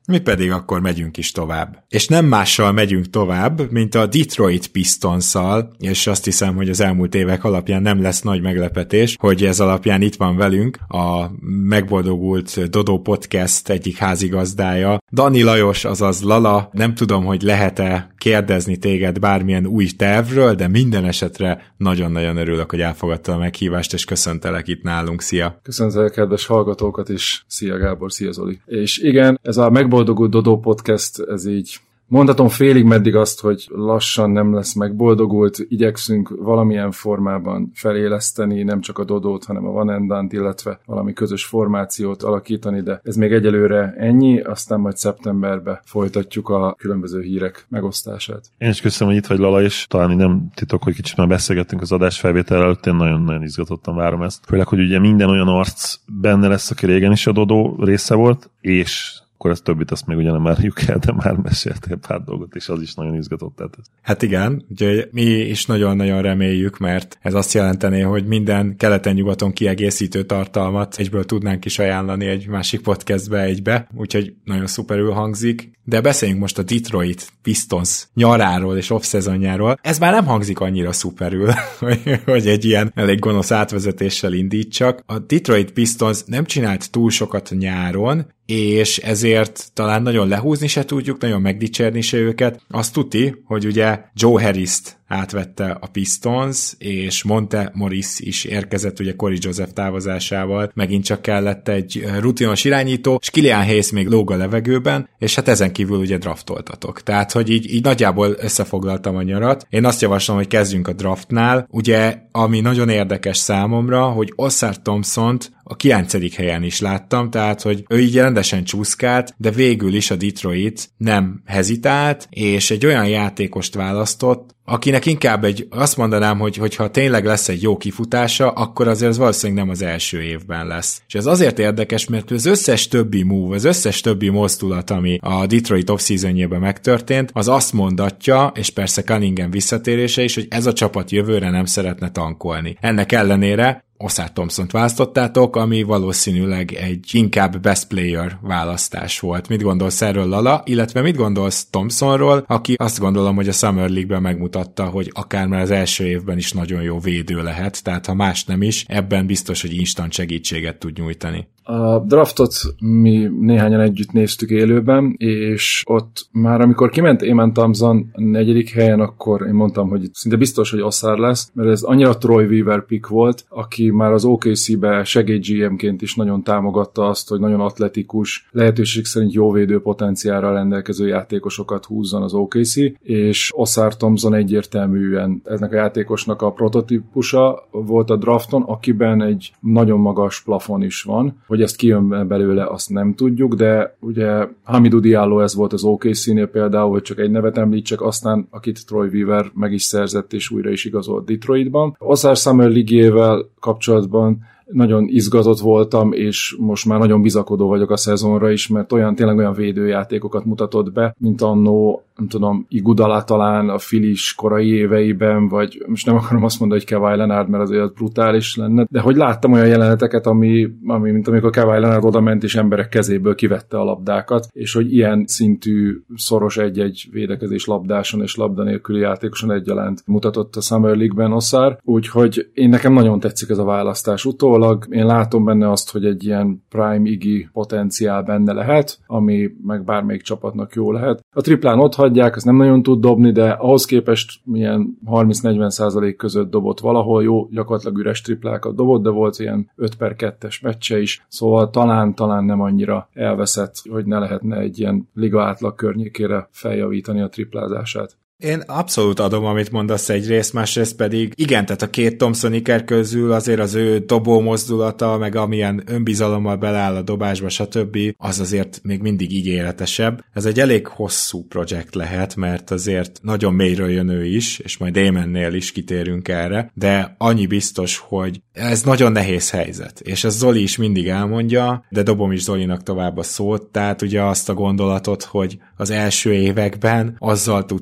Speaker 2: Mi pedig akkor megyünk is tovább. És nem mással megyünk tovább, mint a Detroit Pistonsszal, és azt hiszem, hogy az elmúlt évek alapján nem lesz nagy meglepetés, hogy ez alapján itt van velünk a megboldogult Dodó Podcast egyik házigazdája, Dani Lajos, azaz Lala. Nem tudom, hogy lehet-e kérdezni téged bármilyen új tervről, de minden esetre nagyon-nagyon örülök, hogy elfogadtad a meghívást, és köszöntelek itt nálunk. Szia!
Speaker 5: Köszöntelek kedves hallgatókat is. Szia Gábor, szia Zoli. És igen, ez a megboldogult Dodó Podcast, ez így mondhatom félig meddig azt, hogy lassan nem lesz megboldogult, igyekszünk valamilyen formában feléleszteni, nem csak a Dodót, hanem a One and Done-t, illetve valami közös formációt alakítani, de ez még egyelőre ennyi, aztán majd szeptemberben folytatjuk a különböző hírek megosztását.
Speaker 3: Én is köszönöm, hogy itt vagy, Lala, és talán nem titok, hogy kicsit már beszélgettünk az adás felvétel előtt, én nagyon-nagyon izgatottan várom ezt. Főleg, hogy ugye minden olyan arc benne lesz, aki régen is a Dodó része volt, és akkor ezt többit azt még ugye nem várjuk el, de már meséltél pár dolgot, és az is nagyon izgatott. Tehát.
Speaker 2: Hát igen, ugye mi is nagyon-nagyon reméljük, mert ez azt jelentené, hogy minden keleten-nyugaton kiegészítő tartalmat egyből tudnánk is ajánlani egy másik podcastbe egybe, úgyhogy nagyon szuperül hangzik. De beszéljünk most a Detroit Pistons nyaráról és off-szezonjáról. Ez már nem hangzik annyira szuperül, hogy egy ilyen elég gonosz átvezetéssel indítsak. A Detroit Pistons nem csinált túl sokat nyáron, és ezért talán nagyon lehúzni se tudjuk, nagyon megdicsérni se őket. Azt tuti, hogy ugye Joe Harris-t átvette a Pistons, és Monte Morris is érkezett ugye Corey Joseph távozásával, megint csak kellett egy rutinos irányító, és Killian Hayes még lóg a levegőben, és hát ezen kívül ugye draftoltatok. Tehát, hogy így, így nagyjából összefoglaltam a nyarat. Én azt javaslom, hogy kezdjünk a draftnál. Ugye, ami nagyon érdekes számomra, hogy Oscar Thompsont a kilencedik helyen is láttam, tehát, hogy ő így rendesen csúszkált, de végül is a Detroit nem hezitált, és egy olyan játékost választott, akinek inkább egy, azt mondanám, hogy hogyha tényleg lesz egy jó kifutása, akkor azért az valószínűleg nem az első évben lesz. És ez azért érdekes, mert az összes többi move, az összes többi mozdulat, ami a Detroit off-seasonjében megtörtént, az azt mondatja, és persze Cunningham visszatérése is, hogy ez a csapat jövőre nem szeretne tankolni. Ennek ellenére Oscar Thompsont választottátok, ami valószínűleg egy inkább best player választás volt. Mit gondolsz erről, Lala? Illetve mit gondolsz Thompsonról, aki azt gondolom, hogy a Summer League-ben megmutatta, hogy akár már az első évben is nagyon jó védő lehet, tehát ha más nem is, ebben biztos, hogy instant segítséget tud nyújtani.
Speaker 5: A draftot mi néhányan együtt néztük élőben, és ott már amikor kiment Eamon Thompson negyedik helyen, akkor én mondtam, hogy szinte biztos, hogy Oscar lesz, mert ez annyira Troy Weaver pick volt, aki már az o ká cé-be segéd gé em-ként is nagyon támogatta azt, hogy nagyon atletikus, lehetőség szerint jó védő potenciálra rendelkező játékosokat húzzon az o ká cé, és Oscar Thompson egyértelműen eznek a játékosnak a prototípusa volt a drafton, akiben egy nagyon magas plafon is van. Hogy ezt kijön belőle, azt nem tudjuk, de ugye Hamidou Diallo ez volt az o ká cé-nél például, hogy csak egy nevet említsek, aztán akit Troy Weaver meg is szerzett, és újra is igazolt Detroitban. Oscar Summer League-ével kapcsolatban nagyon izgatott voltam, és most már nagyon bizakodó vagyok a szezonra is, mert olyan, tényleg olyan védőjátékokat mutatott be, mint annó, nem tudom, Iguodala talán a Phillies korai éveiben, vagy most nem akarom azt mondani, hogy Kawhi Leonard, mert azért brutális lenne, de hogy láttam olyan jeleneteket, ami, ami mint amikor Kawhi Leonard oda ment, és emberek kezéből kivette a labdákat, és hogy ilyen szintű szoros egy-egy védekezés labdáson és labda nélküli játékoson egyaránt mutatott a Summer League-ben Oscar, úgyhogy én nekem nagyon tetszik ez a választás. Utólag én látom benne azt, hogy egy ilyen prime Iggy potenciál benne lehet, ami meg bármelyik csapatnak jó lehet. A triplán ott hagyják, az nem nagyon tud dobni, de ahhoz képest milyen harminc-negyven százalék között dobott valahol, jó, gyakorlatilag üres triplákat dobott, de volt ilyen öt per kettes meccse is, szóval talán, talán nem annyira elveszett, hogy ne lehetne egy ilyen liga átlag környékére feljavítani a triplázását.
Speaker 2: Én abszolút adom, amit mondasz egyrészt, másrészt pedig igen, tehát a két Thompson iker közül azért az ő dobó mozdulata, meg amilyen önbizalommal beleáll a dobásba, stb. Az azért még mindig ígéretesebb. Ez egy elég hosszú projekt lehet, mert azért nagyon mélyről jön ő is, és majd Damonnél is kitérünk erre, de annyi biztos, hogy ez nagyon nehéz helyzet, és ez Zoli is mindig elmondja, de dobom is Zolinak tovább a szót, tehát ugye azt a gondolatot, hogy az első években azzal tudsz pályázni,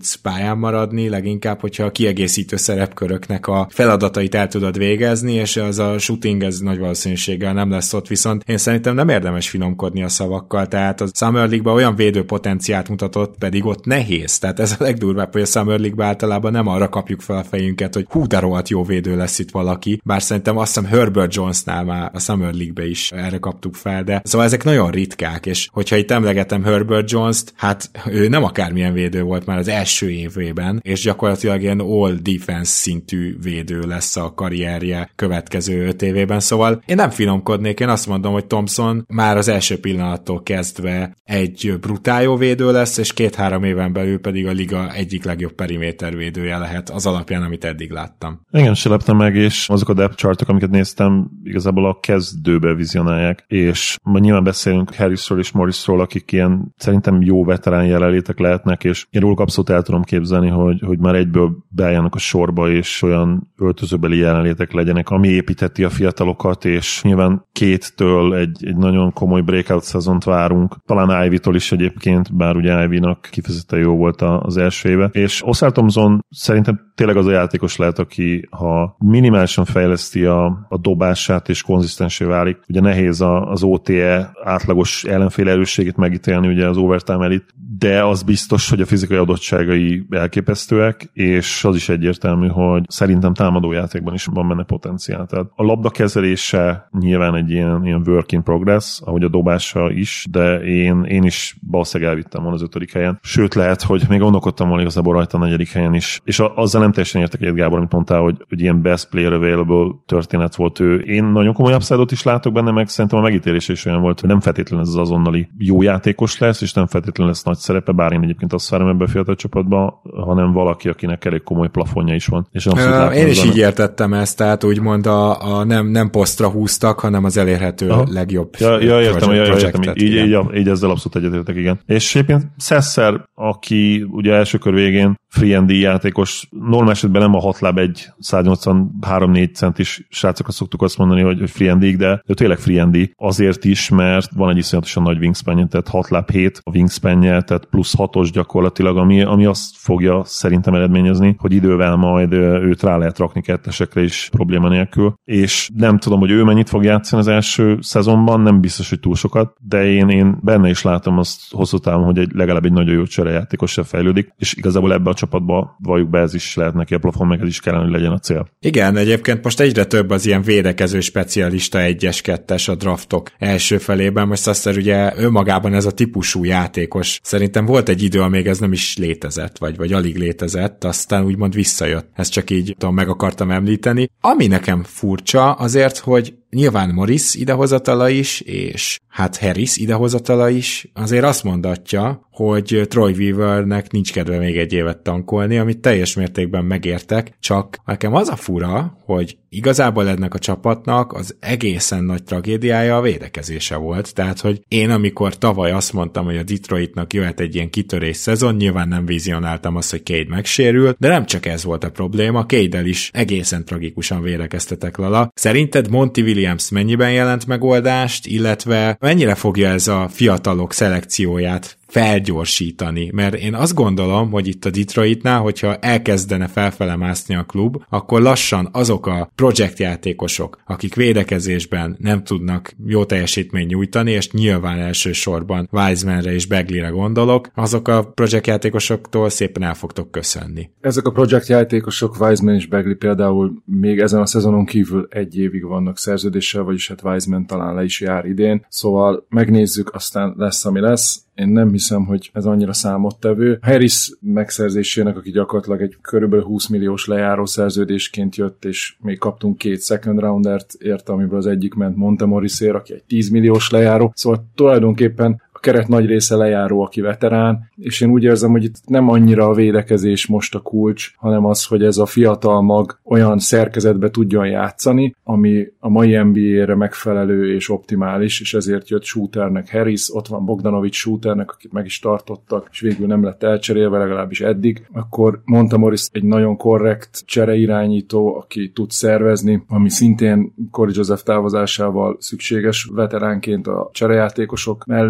Speaker 2: elmaradni, leginkább, hogyha a kiegészítő szerepköröknek a feladatait el tudod végezni, és az a shooting ez nagy valószínűséggel nem lesz ott, viszont én szerintem nem érdemes finomkodni a szavakkal, tehát a Summer League-ben olyan védőpotenciált mutatott, pedig ott nehéz, tehát ez a legdurvább, hogy a Summer League-ben általában nem arra kapjuk fel a fejünket, hogy hú, de rohadt jó védő lesz itt valaki, bár szerintem azt hiszem Herbert Jonesnál már a Summer League-be is erre kaptuk fel, de szóval ezek nagyon ritkák, és hogyha itt emlegetem Herbert Jones-t, hát ő nem akármilyen védő volt már az első évében, és gyakorlatilag ilyen all defense szintű védő lesz a karrierje következő öt évében, szóval én nem finomkodnék, én azt mondom, hogy Thompson már az első pillanattól kezdve egy brutál jó védő lesz, és két-három éven belül pedig a liga egyik legjobb perimétervédője lehet az alapján, amit eddig láttam.
Speaker 3: Engem se lepte meg, és azok a depth chartok, amiket néztem, igazából a kezdőbe vizionálják, és majd nyilván beszélünk Harrisról és Morrisról, akik ilyen szerintem jó veterán jelenlétek lehetnek, és én róluk abszolút el tudom képzelni, hogy, hogy már egyből beálljanak a sorba, és olyan öltözőbeli jelenlétek legyenek, ami építeti a fiatalokat, és nyilván Kéttől egy, egy nagyon komoly breakout szezont várunk. Talán Ivy-tól is egyébként, bár ugye Ivy-nak kifejezetten jó volt az első éve. És Oscar Thompson szerintem tényleg az a játékos lehet, aki ha minimálisan fejleszti a, a dobását és konzisztensé válik. Ugye nehéz a, az o té e átlagos ellenfél erősségét megítélni ugye az overtime elit, de az biztos, hogy a fizikai adottságai elképesztőek, és az is egyértelmű, hogy szerintem támadójátékban is van benne potenciál. Tehát a labda kezelése nyilván egy ilyen, ilyen work in progress, ahogy a dobása is, de én, én is valószínűleg elvittem volna az ötödik helyen. Sőt, lehet, hogy még gondolkodtam volna igazából rajta a negyedik helyen is. És a, azzal nem teljesen értek egyet, Gábor, amit mondtál, hogy, hogy ilyen best player available történet volt ő. Én nagyon komoly upside-ot is látok benne, meg szerintem a megítélése is olyan volt, hogy nem feltétlenül ez az azonnali jó játékos lesz, és nem feltétlenül lesz nagy szerepe, bár én egyébként azt várom ebbe a fiatal csapatban, hanem valaki, akinek elég komoly plafonja is van. És
Speaker 2: Ö, én is így értettem ezt, tehát úgymond a, a nem, nem posztra húztak, hanem az elérhető Aha. legjobb
Speaker 3: ja, ja, értem, ja, ja, értem. Így, így, így, így ezzel abszolút egyetértek, igen. És egyébként Sessler, aki ugye első kör végén free and D játékos, normál esetben nem a hatláb egy száznyolcvanhárom négy centis srácokra szoktuk azt mondani, hogy, hogy free and D, de ő tényleg free and D. Azért is, mert van egy iszonyatosan nagy wingspan, tehát hatláb hét a wingspan-je, tehát plusz hatos gyakorlatilag, ami, ami azt fogja szerintem eredményezni, hogy idővel majd őt rá lehet rakni kettesekre is probléma nélkül. És nem tudom, hogy ő mennyit fog játszani az első szezonban, nem biztos, hogy túl sokat, de én, én benne is látom azt hosszú távon, hogy egy, legalább egy nagyon jó cserejátékos se fejlődik, és igazából ebbe a csapatba valljuk be, ez is lehet neki a plafon, meg ez is kellene, hogy legyen a cél.
Speaker 2: Igen, egyébként most egyre több az ilyen védekező specialista egyes kettes a draftok első felében, most aztán ugye önmagában ez a típusú játékos, szerintem volt egy idő, amíg ez nem is létezett, vagy, vagy alig létezett, aztán úgymond visszajött. Ezt csak így tudom, meg akartam említeni. Ami nekem furcsa azért, hogy nyilván Morris idehozatala is, és hát Harris idehozatala is azért azt mondatja, hogy Troy Weavernek nincs kedve még egy évet tankolni, amit teljes mértékben megértek, csak nekem az a fura, hogy igazából ennek a csapatnak az egészen nagy tragédiája a védekezése volt, tehát hogy én amikor tavaly azt mondtam, hogy a Detroitnak jöhet egy ilyen kitörés szezon, nyilván nem vizionáltam azt, hogy Cade megsérül, de nem csak ez volt a probléma, Cade-el is egészen tragikusan védekeztetek, Lala. Szerinted Monty Williams mennyiben jelent megoldást, illetve mennyire fogja ez a fiatalok szelekcióját felgyorsítani, mert én azt gondolom, hogy itt a Detroitnál, hogyha elkezdene felfele mászni a klub, akkor lassan azok a projektjátékosok, akik védekezésben nem tudnak jó teljesítményt nyújtani, és nyilván elsősorban Wisemanre és Bagleyre gondolok, azok a projektjátékosoktól szépen el fogtok köszönni.
Speaker 5: Ezek a projektjátékosok, Wiseman és Bagley például még ezen a szezonon kívül egy évig vannak szerződéssel, vagyis hát Wiseman talán le is jár idén, szóval megnézzük, aztán lesz, ami lesz. Én nem hiszem, hogy ez annyira számottevő. Harris megszerzésének, aki gyakorlatilag egy körülbelül húsz milliós lejáró szerződésként jött, és még kaptunk két second roundert érte, amiből az egyik ment Montemorisért, aki egy tíz milliós lejáró. Szóval tulajdonképpen a keret nagy része lejáró, aki veterán, és én úgy érzem, hogy itt nem annyira a védekezés most a kulcs, hanem az, hogy ez a fiatal mag olyan szerkezetbe tudjon játszani, ami a mai en bé á-re megfelelő és optimális, és ezért jött Shooternek Harris, ott van Bogdanovic Shooternek, akit meg is tartottak, és végül nem lett elcserélve, legalábbis eddig. Akkor Montemoris egy nagyon korrekt csereirányító, aki tud szervezni, ami szintén Corey Joseph távozásával szükséges veteránként a cserejátékosok mellé, úgy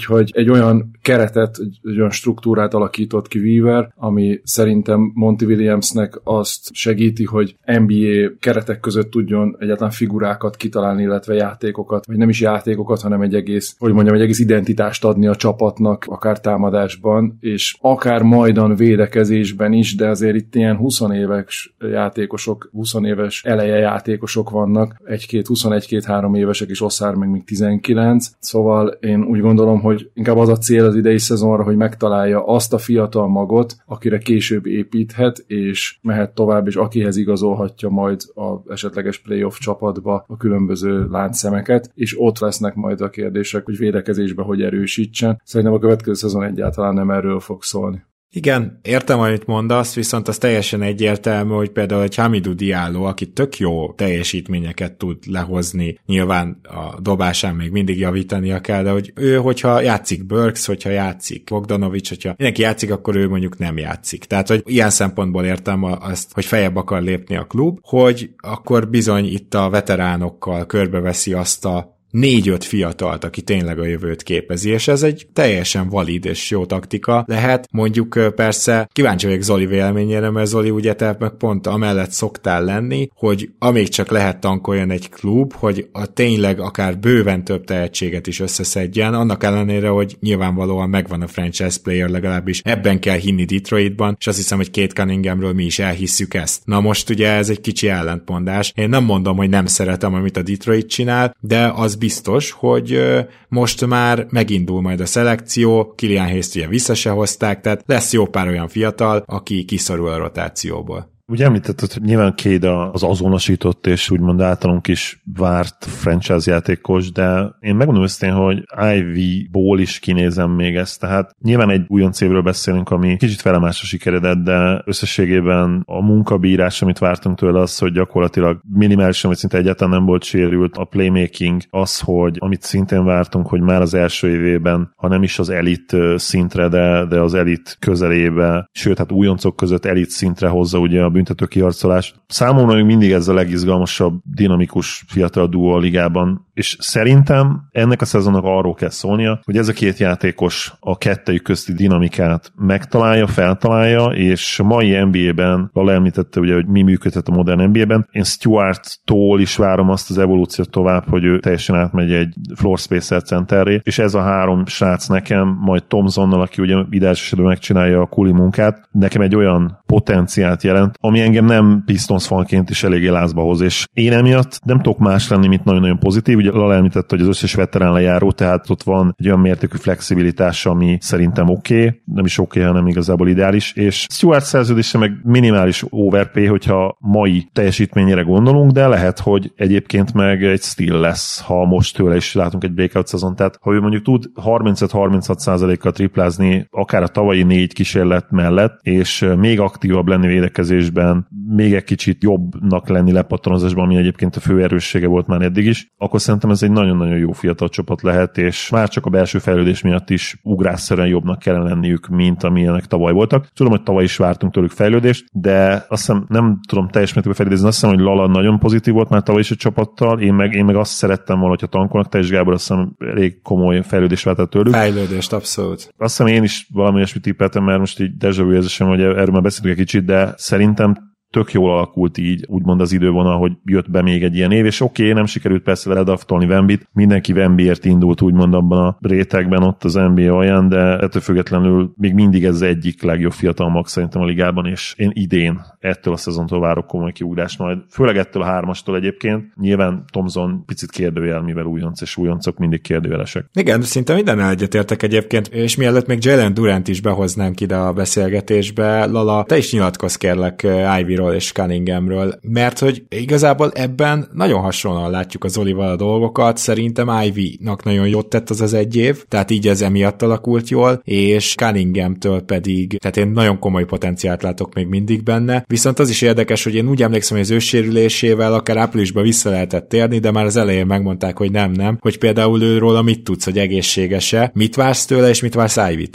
Speaker 5: úgyhogy egy olyan keretet, egy olyan struktúrát alakított ki Weaver, ami szerintem Monty Williamsnek azt segíti, hogy en bé á keretek között tudjon egyáltalán figurákat kitalálni, illetve játékokat, vagy nem is játékokat, hanem egy egész, hogy mondjam, egy egész identitást adni a csapatnak, akár támadásban, és akár majdan védekezésben is, de azért itt ilyen húsz éves játékosok, húsz éves eleje játékosok vannak, egy-két, huszonegy-két-három évesek, és Oszár meg még tizenkilenc, szóval én úgy gondolom, hogy inkább az a cél az idei szezonra, hogy megtalálja azt a fiatal magot, akire később építhet, és mehet tovább, és akihez igazolhatja majd a esetleges playoff csapatba a különböző láncszemeket, és ott lesznek majd a kérdések, hogy védekezésbe hogy erősítsen. Szerintem a következő szezon egyáltalán nem erről fog szólni.
Speaker 2: Igen, értem, amit mondasz, viszont az teljesen egyértelmű, hogy például egy Hamidou Diallo, aki tök jó teljesítményeket tud lehozni, nyilván a dobásán még mindig javítania kell, de hogy ő, hogyha játszik Burks, hogyha játszik Bogdanovics, hogyha mindenki játszik, akkor ő mondjuk nem játszik. Tehát, hogy ilyen szempontból értem azt, hogy feljebb akar lépni a klub, hogy akkor bizony itt a veteránokkal körbeveszi azt a négy-öt fiatalt, aki tényleg a jövőt képezi, és ez egy teljesen valid és jó taktika lehet. Mondjuk persze kíváncsi vagyok Zoli véleményére, mert Zoli ugye te meg pont amellett szoktál lenni, hogy amíg csak lehet tankoljon egy klub, hogy a tényleg akár bőven több tehetséget is összeszedjen, annak ellenére, hogy nyilvánvalóan megvan a franchise player, legalábbis ebben kell hinni Detroitban, és azt hiszem, hogy Kate Cunninghamről mi is elhisszük ezt. Na most ugye ez egy kicsi ellentmondás. Én nem mondom, hogy nem szeretem, amit a Detroit csinál, de az biztos, hogy most már megindul majd a szelekció, Killian Hayes-t ugye vissza se hozták, tehát lesz jó pár olyan fiatal, aki kiszorul a rotációból.
Speaker 3: Ugye említetted, hogy nyilván Cade az azonosított és úgymond általunk is várt franchise játékos, de én megmondom őszintén, hogy Ivy-ból is kinézem még ezt, tehát nyilván egy újonc évről beszélünk, ami kicsit felemásra sikeredett, de összességében a munkabírás, amit vártunk tőle, az, hogy gyakorlatilag minimálisan, vagy szinte egyáltalán nem volt sérült, a playmaking, az, hogy amit szintén vártunk, hogy már az első évében, ha nem is az elit szintre, de, de az elit közelébe, sőt, hát újoncok között elit szintre hozza ugye a büntető kiharcolás. Számomra még mindig ez a legizgalmasabb, dinamikus fiatal duó a ligában, és szerintem ennek a szezonnak arról kell szólnia, hogy ez a két játékos a kettejük közti dinamikát megtalálja, feltalálja, és a mai en bé á-ben, Lala említette ugye, hogy mi működhet a modern en bé á-ben, én Stewart-tól is várom azt az evolúciót tovább, hogy ő teljesen átmegy egy floor spacer centerré, és ez a három srác nekem, majd Thompsonnal, aki ugye ideális esetben megcsinálja a kuli munkát, nekem egy olyan potenciált jelent, ami engem nem Pistons fanként is eléggé lázba hoz, és én emiatt nem tudok más lenni, mint nagyon-nagyon pozitív. Ugye Lala említette, hogy az összes veterán lejáró, tehát ott van egy olyan mértékű flexibilitás, ami szerintem oké, okay, nem is oké, okay, hanem igazából ideális, és Stewart szerződése meg minimális overpay, hogyha mai teljesítményére gondolunk, de lehet, hogy egyébként meg egy steal lesz, ha most tőle is látunk egy breakout szezon, tehát ha ő mondjuk tud harmincöt-harminchat százalékkal triplázni akár a tavalyi négy kísérlet mellett, és még aktívabb lenni védekezésben, még egy kicsit jobbnak lenni lepattanozásban, ami egyébként a fő erőssége volt már eddig is, akkor szerintem ez egy nagyon-nagyon jó fiatal csapat lehet, és már csak a belső fejlődés miatt is ugrásszerűen jobbnak kellene lenniük, mint amilyenek tavaly voltak. Tudom, hogy tavaly is vártunk tőlük fejlődést, de azt hiszem, nem tudom teljes mértékben fejlődni, azt hiszem, hogy Lala nagyon pozitív volt már tavaly is a csapattal, én meg, én meg azt szerettem volna, hogyha tankolnak, te is Gábor, azt hiszem elég komoly fejlődést váltott tőlük.
Speaker 2: Fejlődést, abszolút.
Speaker 3: Azt hiszem, én is valami olyasmit tippeltem, mert most így déjà vu érzésem, hogy erről már beszéltünk egy kicsit, de szerintem tök jól alakult így, úgymond az idővonal, hogy jött be még egy ilyen év, és oké, okay, nem sikerült persze ledraftolni Wembit, mindenki Wembiért indult úgymond abban a rétegben ott az en bé á alján, de ettől függetlenül még mindig ez egyik legjobb fiatal mag szerintem a ligában, és én idén ettől a szezontól várok komoly kiugrást majd, főleg ettől a hármastól egyébként. Nyilván Thompson picit kérdőjel, mivel újonc, és újoncok mindig kérdőjelesek.
Speaker 2: Igen, szinte minden egyetértek egyébként, és mielőtt még Jalen Durant is behoznánk ide a beszélgetésbe, Lala, te is nyilatkozz kérlek Ivy és Cunninghamről, mert hogy igazából ebben nagyon hasonlóan látjuk az Zolival a dolgokat, szerintem Ivy-nak nagyon jót tett az az egy év, tehát így ez emiatt alakult jól, és Cunninghamtől pedig, tehát én nagyon komoly potenciált látok még mindig benne, viszont az is érdekes, hogy én úgy emlékszem, hogy az ő sérülésével akár áprilisban vissza lehetett térni, de már az elején megmondták, hogy nem, nem, hogy például őről mit tudsz, hogy egészséges-e, mit vársz tőle, és mit vársz Ivy-tól?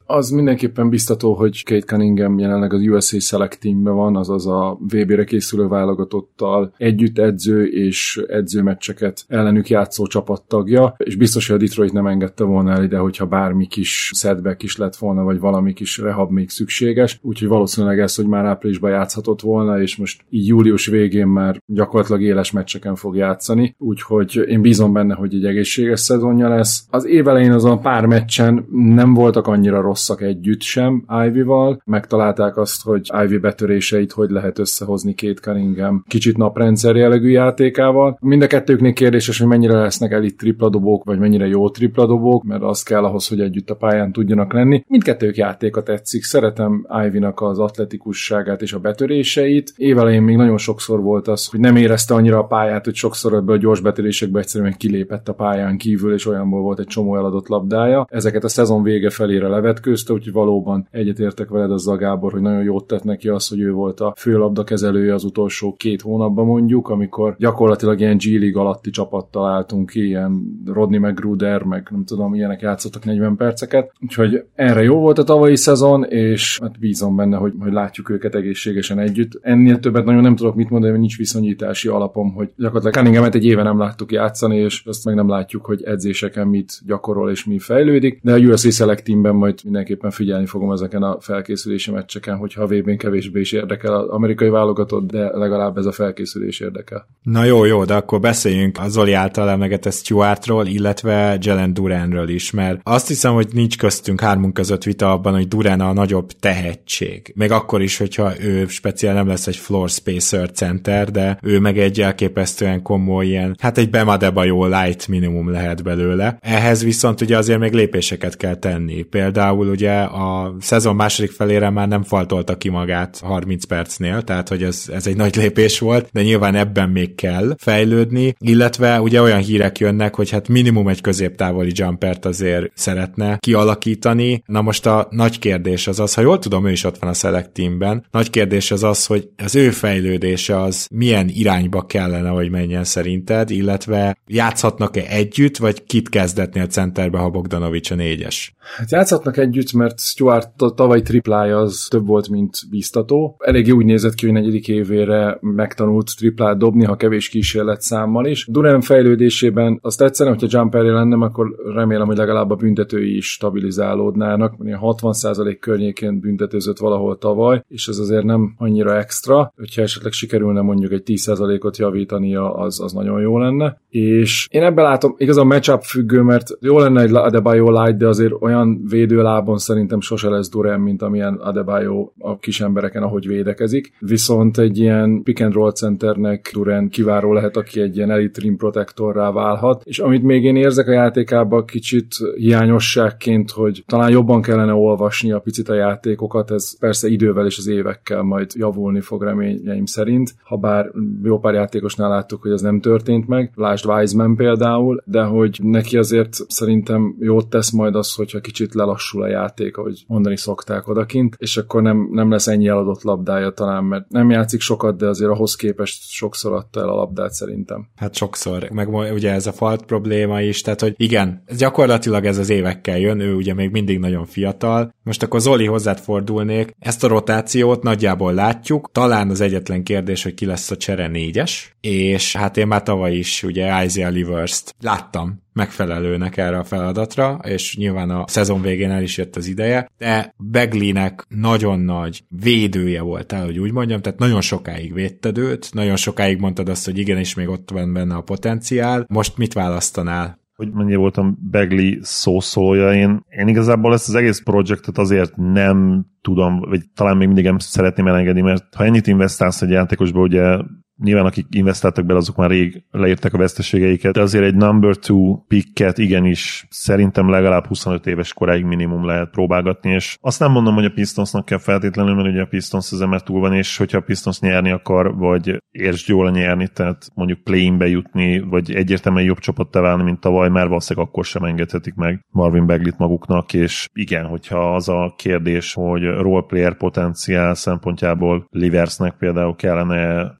Speaker 5: Az mindenképpen biztató, hogy Kate Cunningham jelenleg az u es á Select Teamben van, azaz a vé bére készülő válogatottal együtt edző és edzőmeccseket ellenük játszó csapattagja, és biztos, hogy a Detroit nem engedte volna el ide, hogyha bármi kis setback is lett volna, vagy valami kis rehab még szükséges, úgyhogy valószínűleg ez, hogy már áprilisban játszhatott volna, és most így július végén már gyakorlatilag éles meccseken fog játszani, úgyhogy én bízom benne, hogy egy egészséges szezonja lesz. Az év elején azon pár meccsen nem voltak annyira rosszak együtt sem Ivy-val, megtalálták azt, hogy Ivy betöréseit hogy lehet összehozni Kate Cunningham kicsit naprendszer jellegű játékával. Mind a kettőknél kérdéses, hogy mennyire lesznek elit tripladobók, vagy mennyire jó tripladobók, mert az kell ahhoz, hogy együtt a pályán tudjanak lenni. Mindkettők játéka tetszik, szeretem Ivy-nak az atletikusságát és a betöréseit. Évelején még nagyon sokszor volt az, hogy nem érezte annyira a pályát, hogy sokszor ebből a gyors betörésekbe egyszerűen kilépett a pályán kívül, és olyanból volt egy csomó eladott labdája. Ezeket a szezon vége felére levetkőzte, úgyhogy valóban egyetértek veled azzal, Gábor, hogy nagyon jót tett neki az, hogy ő volt a főlabdakezelője az utolsó két hónapban mondjuk, amikor gyakorlatilag ilyen G-League alatti csapattal álltunk ki, ilyen Rodney McGruder, meg nem tudom, ilyenek játszottak negyven perceket. Úgyhogy erre jó volt a tavalyi szezon, és hát bízom benne, hogy, hogy látjuk őket egészségesen együtt. Ennél többet nagyon nem tudok mit mondani, mert nincs viszonyítási alapom, hogy gyakorlatilag Cunninghamet egy éve nem láttuk játszani, és azt meg nem látjuk, hogy edzéseken mit gyakorol és mi fejlődik, de a u es á Select Teamben majd mindenképpen figyelni fogom ezeken a felkészülési meccseken, hogyha a vé bén kevésbé is érdekel az amerikai válogatott, de legalább ez a felkészülés érdekel.
Speaker 2: Na jó, jó, de akkor beszéljünk a Zoli által emlegetett Stewartról, illetve Jalen Duranről is, mert azt hiszem, hogy nincs köztünk hármunk között vita abban, hogy Duran a nagyobb tehetség. Még akkor is, hogyha ő speciál nem lesz egy floor spacer center, de ő meg egy elképesztően komoly ilyen, hát egy Bam Adebayo light minimum lehet belőle. Ehhez viszont ugye azért még lépéseket kell tenni. Például ugye a szezon második felére már nem faltolta ki magát harminc percnél, tehát hogy ez, ez egy nagy lépés volt, de nyilván ebben még kell fejlődni, illetve ugye olyan hírek jönnek, hogy hát minimum egy középtávoli jumpert azért szeretne kialakítani. Na most a nagy kérdés az az, ha jól tudom, ő is ott van a Select Teamben, nagy kérdés az az, hogy az ő fejlődése az milyen irányba kellene, hogy menjen szerinted, illetve játszhatnak-e együtt, vagy kit kezdetnél centerbe, ha Bogdanovics a négyes?
Speaker 5: Hát játszhatnak együtt, mert Stewart tavaly triplája az több volt, mint biztató. Elég úgy nézett ki, hogy negyedik évére megtanult triplát dobni, ha kevés kísérlet számmal is. Durant fejlődésében azt tetszene, hogyha jumperje lenne, akkor remélem, hogy legalább a büntetői is stabilizálódnának. hatvan százalék környékén büntetőzött valahol tavaly, és ez azért nem annyira extra. Hogyha esetleg sikerülne mondjuk egy tíz százalékot javítania, az, az nagyon jó lenne. És én ebben látom, igazán matchup függő, mert jó lenne egy Adebayo light, de azért olyan védőlábon szerintem sose lesz Durant, mint amilyen Adebayo a kis embereken, ahogy védekezik. Viszont egy ilyen pick and roll centernek Durant kiváró lehet, aki egy ilyen elite rim protectorrá válhat. És amit még én érzek a játékában kicsit hiányosságként, hogy talán jobban kellene olvasni a picit a játékokat, ez persze idővel és az évekkel majd javulni fog reményeim szerint. Habár jó pár játékosnál láttuk, hogy ez nem történt meg, lásd Wiseman például, de hogy neki azért szerintem jót tesz majd az, hogyha kicsit lelassul a játék, ahogy mondani szokták odakint, és akkor nem, nem lesz ennyi eladott labdája talán, mert nem játszik sokat, de azért ahhoz képest sokszor adta el a labdát szerintem.
Speaker 2: Hát sokszor, meg ugye ez a falt probléma is, tehát hogy igen, gyakorlatilag ez az évekkel jön, ő ugye még mindig nagyon fiatal. Most akkor Zoli, hozzád fordulnék, ezt a rotációt nagyjából látjuk, talán az egyetlen kérdés, hogy ki lesz a csere négyes, és hát én már tavaly is ugye Isaiah Livers-t láttam megfelelőnek erre a feladatra, és nyilván a szezon végén el is jött az ideje, de Bagleynek nagyon nagy védője voltál, hogy úgy mondjam, tehát nagyon sokáig védted őt, nagyon sokáig mondtad azt, hogy igenis még ott van benne a potenciál. Most mit választanál?
Speaker 3: Hogy mennyire voltam Bagley szószólója, én, én igazából ezt az egész projektet azért nem tudom, vagy talán még mindig nem szeretném elengedni, mert ha ennyit investálsz egy játékosba, ugye nyilván akik investáltak bele, azok már rég leírták a veszteségeiket, de azért egy number two picket igenis szerintem legalább huszonöt éves koráig minimum lehet próbálgatni, és azt nem mondom, hogy a Pistonsnak kell feltétlenül, mert ugye a Pistons ezen már túl van, és hogyha a Pistons nyerni akar, vagy értsd jól nyerni, tehát mondjuk play-inbe jutni, vagy egyértelműen jobb csapattá válni, mint tavaly, már valószínűleg akkor sem engedhetik meg Marvin Bagleyt maguknak, és igen, hogyha az a kérdés, hogy roleplayer potenciál szempontjából Liversnek például kellene játszani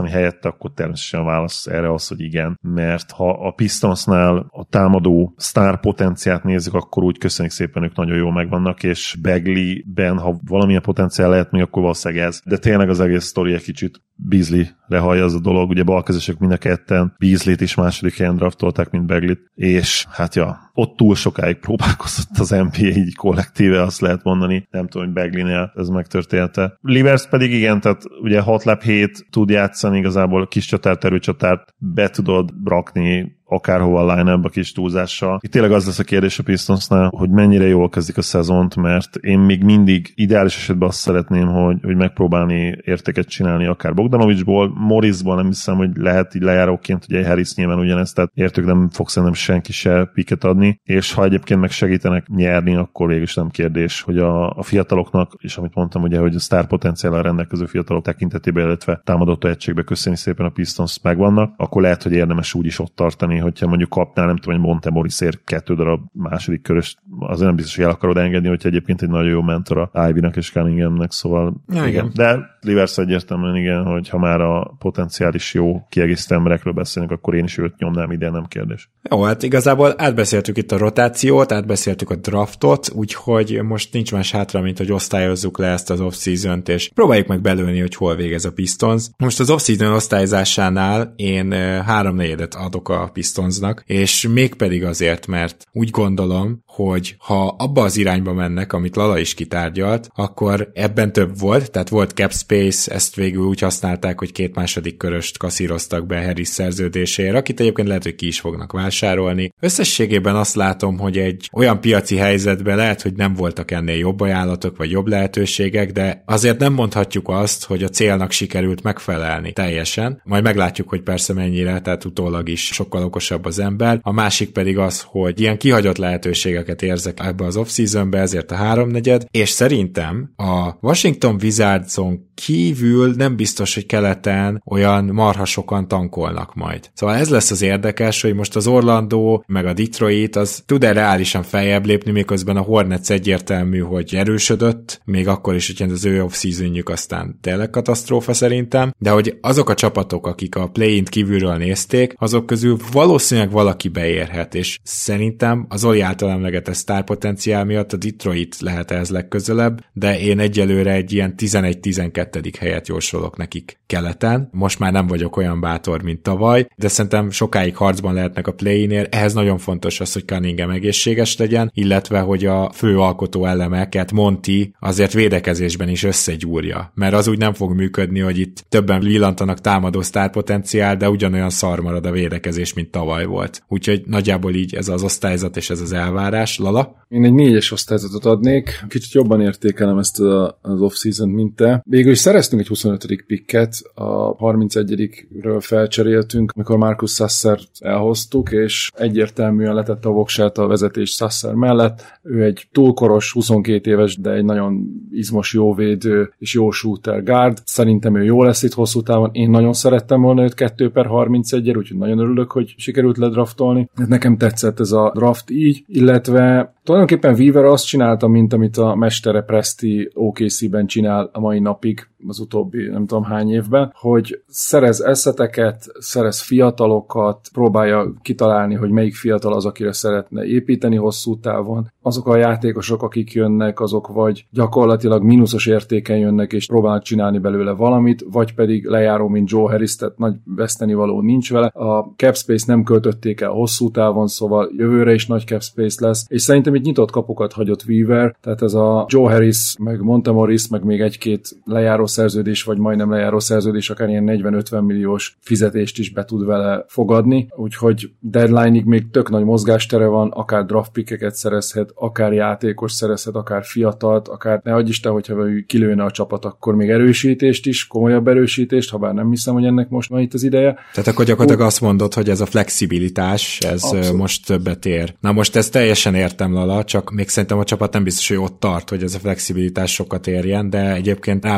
Speaker 3: választani helyette, akkor természetesen a válasz erre az, hogy igen. Mert ha a Pistonsnál a támadó sztár potenciát nézzük, akkor úgy köszönjük szépen, ők nagyon jól megvannak, és Bagley-ben, ha valamilyen potenciál lehet még, akkor valószínűleg ez. De tényleg az egész sztori egy kicsit Beasley-re hallja az a dolog, ugye balkezesek mind a ketten, Beasley-t is második helyen draftolták, mint Bagley-t, és hát ja, ott túl sokáig próbálkozott az en bé á így kollektíve, azt lehet mondani, nem tudom, hogy Bagley-nél ez megtörtént-e. Livers pedig igen, tehát ugye hat lap hét tud játszani, igazából kis csatárt, erőcsatárt be tudod rakni akárhova a line-up a kis túlzással. Itt tényleg az lesz a kérdés a Pistonsnál, hogy mennyire jól kezdik a szezont, mert én még mindig ideális esetben azt szeretném, hogy, hogy megpróbálni értéket csinálni akár Bogdanovicsból, Morrisból nem hiszem, hogy lehet így lejáróként, ugye Harris nyilván ugyanezt, tehát értük nem fog szerintem senki se piket adni, és ha egyébként meg segítenek nyerni, akkor végül is nem kérdés, hogy a, a fiataloknak, és amit mondtam ugye, hogy a sztár potenciállal rendelkező fiatalok tekintetében, illetve támadó tehetségbe köszönni szépen a Pistons megvannak, akkor lehet, hogy érdemes úgy is ott tartani, hogyha mondjuk kapnál, nem tudom, hogy Montemorisért kettő darab második körös, azért nem biztos, hogy el akarod engedni, hogyha egyébként egy nagyon jó mentor a Ivy-nak és Cunninghamnek, szóval
Speaker 2: ja, igen.
Speaker 3: De Livers egyértelműen igen, hogy ha már a potenciális jó kiegészítő emberekről beszélünk, akkor én is őt nyomnám ide, nem kérdés.
Speaker 2: Jó, hát igazából átbeszéltük itt a rotációt, átbeszéltük a draftot, úgyhogy most nincs más hátra, mint hogy osztályozzuk le ezt az off-season-t, és próbáljuk meg belőni, hogy hol végez a Pistons. Most az off-season osztályzásánál én háromnegyedet adok a Pistonsnak, és mégpedig azért, mert úgy gondolom, hogy ha abba az irányba mennek, amit Lala is kitárgyalt, akkor ebben több volt, tehát volt cap space, ezt végül úgy használták, hogy két második köröst kaszíroztak be Harris szerződésére, akit egyébként lehet, hogy ki is fognak vásárolni. Összességében azt látom, hogy egy olyan piaci helyzetben lehet, hogy nem voltak ennél jobb ajánlatok, vagy jobb lehetőségek, de azért nem mondhatjuk azt, hogy a célnak sikerült megfelelni teljesen. Majd meglátjuk, hogy persze mennyire, tehát utólag is sokkal okosabb az ember. A másik pedig az, hogy ilyen kihagyott lehetőségeket érzek ebbe az off-seasonbe, ezért a háromnegyed, és szerintem a Washington Wizardson kívül nem biztos, hogy keleten olyan marha sokan tankolnak majd. Szóval ez lesz az érdekes, hogy most az Orlando, meg a Detroit, az tud-e reálisan feljebb lépni, miközben a Hornets egyértelmű, hogy erősödött, még akkor is, hogy az ő off-seasonjük aztán tényleg katasztrófa szerintem, de hogy azok a csapatok, akik a play-int kívülről nézték, azok közül valószínűleg valaki beérhet, és szerintem az Oli által emlegetett sztárpotenciál miatt a Detroit lehet ez legközelebb, de én egyelőre egy ilyen tizenegy-tizenkettedik helyet jósolok nekik keleten. Most már nem vagyok olyan bátor, mint tavaly, de szerintem sokáig harcban lehetnek a play-innél. Ehhez nagyon fontos az, hogy Cunningham egészséges legyen, illetve hogy a fő alkotó elemeket Monty azért védekezésben is összegyúrja, mert az úgy nem fog működni, hogy itt többen villantanak támadó sztárpotenciál, de ugyanolyan szar marad a védekezés, mint tavaly volt. Úgyhogy nagyjából így ez az osztályzat és ez az elvárás. Lala?
Speaker 5: Én egy négyes osztályzatot adnék. Kicsit jobban értékelem ezt az off-season-t, mint te. Végül is szereztünk egy huszonötödik picket, a harmincegyedikről felcseréltünk, amikor Marcus Sassert elhoztuk, és egyértelműen letett a voksát a vezetés Sasser mellett. Ő egy túlkoros, huszonkét éves, de egy nagyon izmos, jó védő és jó shooter guard. Szerintem ő jó lesz itt hosszú távon. Én nagyon szerettem volna őt kettő per harmincegyért, úgyhogy nagyon örülök, hogy sikerült ledraftolni. Nekem tetszett ez a draft így, illetve tulajdonképpen Weaver azt csinálta, mint amit a mestere Presti o ká cé-ben csinál a mai napig, az utóbbi nem tudom hány évben, hogy szerez eszeteket, szerez fiatalokat, próbálja kitalálni, hogy melyik fiatal az, akire szeretne építeni hosszú távon. Azok a játékosok, akik jönnek, azok vagy gyakorlatilag mínuszos értéken jönnek, és próbálnak csinálni belőle valamit, vagy pedig lejáró, mint Joe Harris, tehát nagy vesztenivaló nincs vele. A cap space nem költötték el hosszú távon, szóval jövőre is nagy cap space lesz, és szerintem itt nyitott kapukat hagyott Weaver, tehát ez a Joe Harris, meg Montemoris, meg még egy-két lejáró szerződés, vagy majdnem lejáró szerződés, akár ilyen negyven-ötven milliós fizetést is be tud vele fogadni, úgyhogy deadline-ig még tök nagy mozgástere van, akár draft pickeket szerezhet, akár játékos szerezhet, akár fiatalt, akár ne adj Isten, hogyha kilőne a csapat, akkor még erősítést is, komolyabb erősítést, ha bár nem hiszem, hogy ennek most van itt az ideje.
Speaker 2: Tehát akkor gyakorlatilag azt mondod, hogy ez a flexibilitás, ez abszolút most többet ér. Na most ezt teljesen értem, Lala, csak még szerintem a csapat nem biztos, hogy ott tart, hogy ez a flexibilitás sokat érjen, de egyébként rábeszélt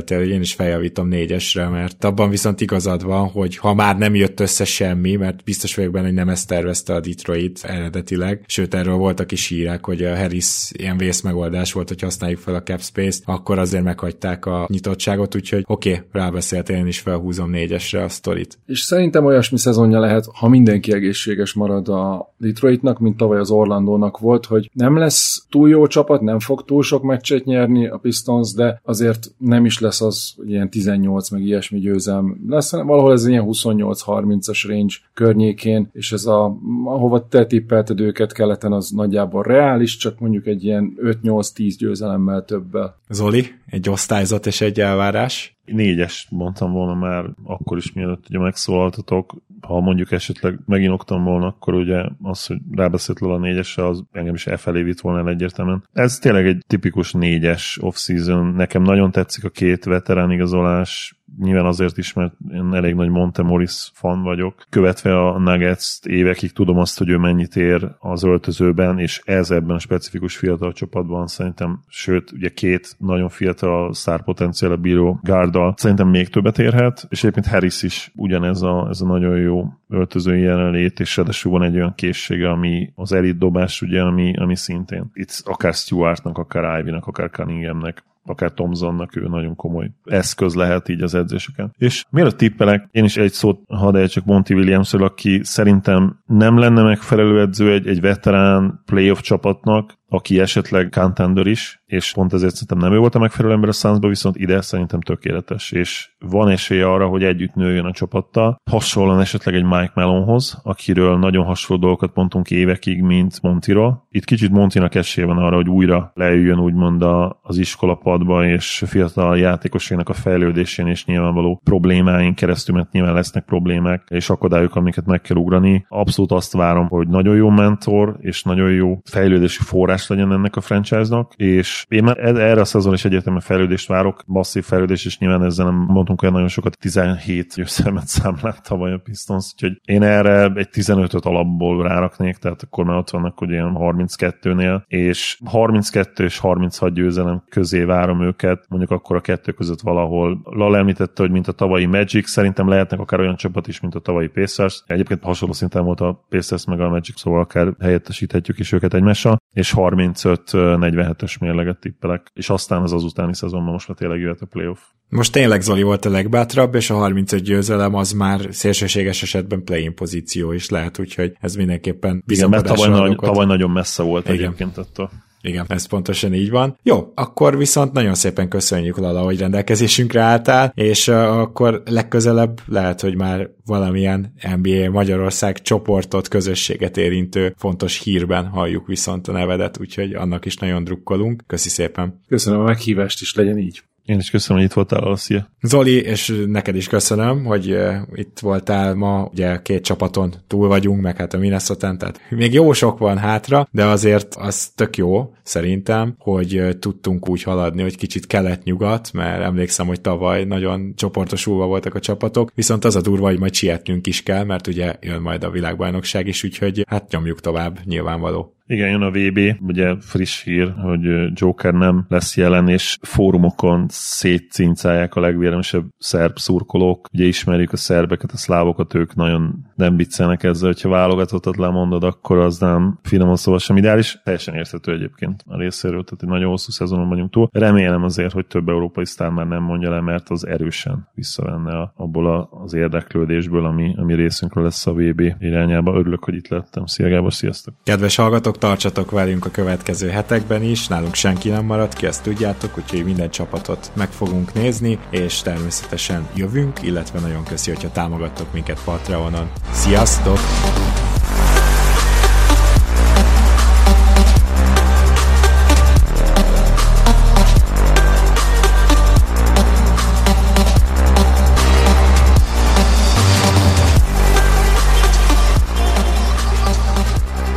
Speaker 2: beszéltél, hogy én is feljavítom négyesre, mert abban viszont igazad van, hogy ha már nem jött össze semmi, mert biztos vagyok benne, hogy nem ezt tervezte a Detroit eredetileg, sőt erről voltak is hírek, hogy a Harris ilyen vészmegoldás volt, hogy használjuk fel a cap space-t, akkor azért meghagyták a nyitottságot, úgyhogy oké, okay, rábeszéltél, én is felhúzom négyesre a sztorit.
Speaker 5: És szerintem olyasmi szezonja lehet, ha mindenki egészséges marad a Detroitnak, mint tavaly az Orlandónak volt, hogy nem lesz túl jó csapat, nem fog túl sok meccset nyerni a Pistons, de azért nem is lesz az, hogy ilyen tizennyolc meg ilyesmi győzelm lesz, hanem valahol ez ilyen huszonnyolc harmincas range környékén, és ez a, ahova te tippelted őket keleten, az nagyjából reális, csak mondjuk egy ilyen öt nyolc tíz győzelemmel többel.
Speaker 2: Zoli, egy osztályzat és egy elvárás?
Speaker 3: Négyes mondtam volna már akkor is, mielőtt ugye megszólaltatok. Ha mondjuk esetleg meginoktam volna, akkor ugye az, hogy rábeszélt a négyesre, az engem is elfelé vitt volna el egyértelműen. Ez tényleg egy tipikus négyes off-season. Nekem nagyon tetszik a két veterán igazolás, nyilván azért is, mert én elég nagy Monte Morris fan vagyok. Követve a Nuggets évekig tudom azt, hogy ő mennyit ér az öltözőben, és ez ebben a specifikus fiatal csapatban szerintem, sőt, ugye két nagyon fiatal sztárpotenciál a bíró gárddal szerintem még többet érhet, és egyébként Harris is ugyanez a, ez a nagyon jó öltözői jelenlét, és ráadásul van egy olyan készsége, ami az elit dobás, ugye, ami, ami szintén itt akár Stewartnak, akár Ivy-nak, akár Cunninghamnek, akár Thompsonnak, ő nagyon komoly eszköz lehet így az edzéseken. És mielőtt tippelek, én is egy szót hadd ejtsek Monty Williamsről, aki szerintem nem lenne megfelelő edző egy, egy veterán playoff csapatnak, aki esetleg contender is, és pont ezért szerintem nem ő volt a megfelelő ember a Sunsba, viszont ide szerintem tökéletes, és van esélye arra, hogy együtt nőjön a csapattal. Hasonlóan esetleg egy Mike Malonhoz, akiről nagyon hasonló dolgokat mondtunk évekig, mint Montyról. Itt kicsit Montynak esélye van arra, hogy újra leüljön úgymond a, az iskolapadba, és fiatal játékosainak a fejlődésén és nyilvánvaló problémáin keresztül, mert nyilván lesznek problémák és akadályok, amiket meg kell ugrani. Abszolút azt várom, hogy nagyon jó mentor, és nagyon jó fejlődési forrás legyen ennek a franchise-nak, és én már erre a szezon is egyértelműen fejlődést várok, masszív fejlődés, és nyilván ezzel nem mondtunk olyan nagyon sokat, tizenhét győzelmet számlált tavaly a Pistons, úgyhogy én erre egy tizenötöt alapból ráraknék, tehát akkor már ott vannak ugye ilyen harminckettőnél, és harminckettő és harminchat győzelem közé várom őket, mondjuk akkor a kettő között valahol. Lala említette, hogy mint a tavalyi Magic, szerintem lehetnek akár olyan csapat is, mint a tavalyi Pacers. Egyébként hasonló szinten volt a Pacers meg a Magic, szóval akár helyettesíthetjük is őket egymással, és harmincöt negyvenhetes mérleget tippelek, és aztán az az utáni szezonban most már tényleg jöhet a playoff.
Speaker 2: Most tényleg Zoli volt a legbátrabb, és a harmincöt győzelem az már szélsőséges esetben play-in pozíció is lehet, úgyhogy ez mindenképpen
Speaker 3: bizakodásra tavaly, nagy, tavaly nagyon messze volt. Igen. Egyébként ettől.
Speaker 2: Igen, ez pontosan így van. Jó, akkor viszont nagyon szépen köszönjük, Lala, hogy rendelkezésünkre álltál, és uh, akkor legközelebb lehet, hogy már valamilyen en bé á Magyarország csoportot, közösséget érintő fontos hírben halljuk viszont a nevedet, úgyhogy annak is nagyon drukkolunk. Köszi szépen.
Speaker 5: Köszönöm a meghívást is, legyen így.
Speaker 3: Én is köszönöm, hogy itt voltál, szia.
Speaker 2: Zoli, és neked is köszönöm, hogy uh, itt voltál ma, ugye két csapaton túl vagyunk, meg hát a Minnesotán, tehát még jó sok van hátra, de azért az tök jó, szerintem, hogy uh, tudtunk úgy haladni, hogy kicsit kelet-nyugat, mert emlékszem, hogy tavaly nagyon csoportosulva voltak a csapatok, viszont az a durva, hogy majd sietnünk is kell, mert ugye jön majd a világbajnokság is, úgyhogy hát nyomjuk tovább, nyilvánvaló.
Speaker 3: Igen, jön a vé bé, ugye friss hír, hogy Joker nem lesz jelen, és fórumokon szétcincálják a legvélemesebb szerb szurkolók. Ugye ismerjük a szerbeket, a szlávokat, ők nagyon nem viccelnek ezzel, hogyha válogatottat lemondod, akkor az nem finoman szóval sem ideális. Teljesen érthető egyébként a részéről, tehát egy nagyon hosszú szezonon vagyunk túl. Remélem azért, hogy több európai sztár már nem mondja le, mert az erősen visszavenne abból az érdeklődésből, ami, ami részünkről lesz a vé bé irányába. Örülök, hogy itt lettem. Szia Gábor, sziasztok!
Speaker 2: Kedves hallgatók, tartsatok velünk a következő hetekben is, nálunk senki nem maradt ki, ezt tudjátok, úgyhogy minden csapatot meg fogunk nézni, és természetesen jövünk, illetve nagyon köszi, hogyha támogattok minket Patreonon. Sziasztok!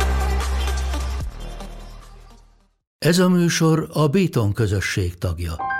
Speaker 6: Ez a műsor a Béton közösség tagja.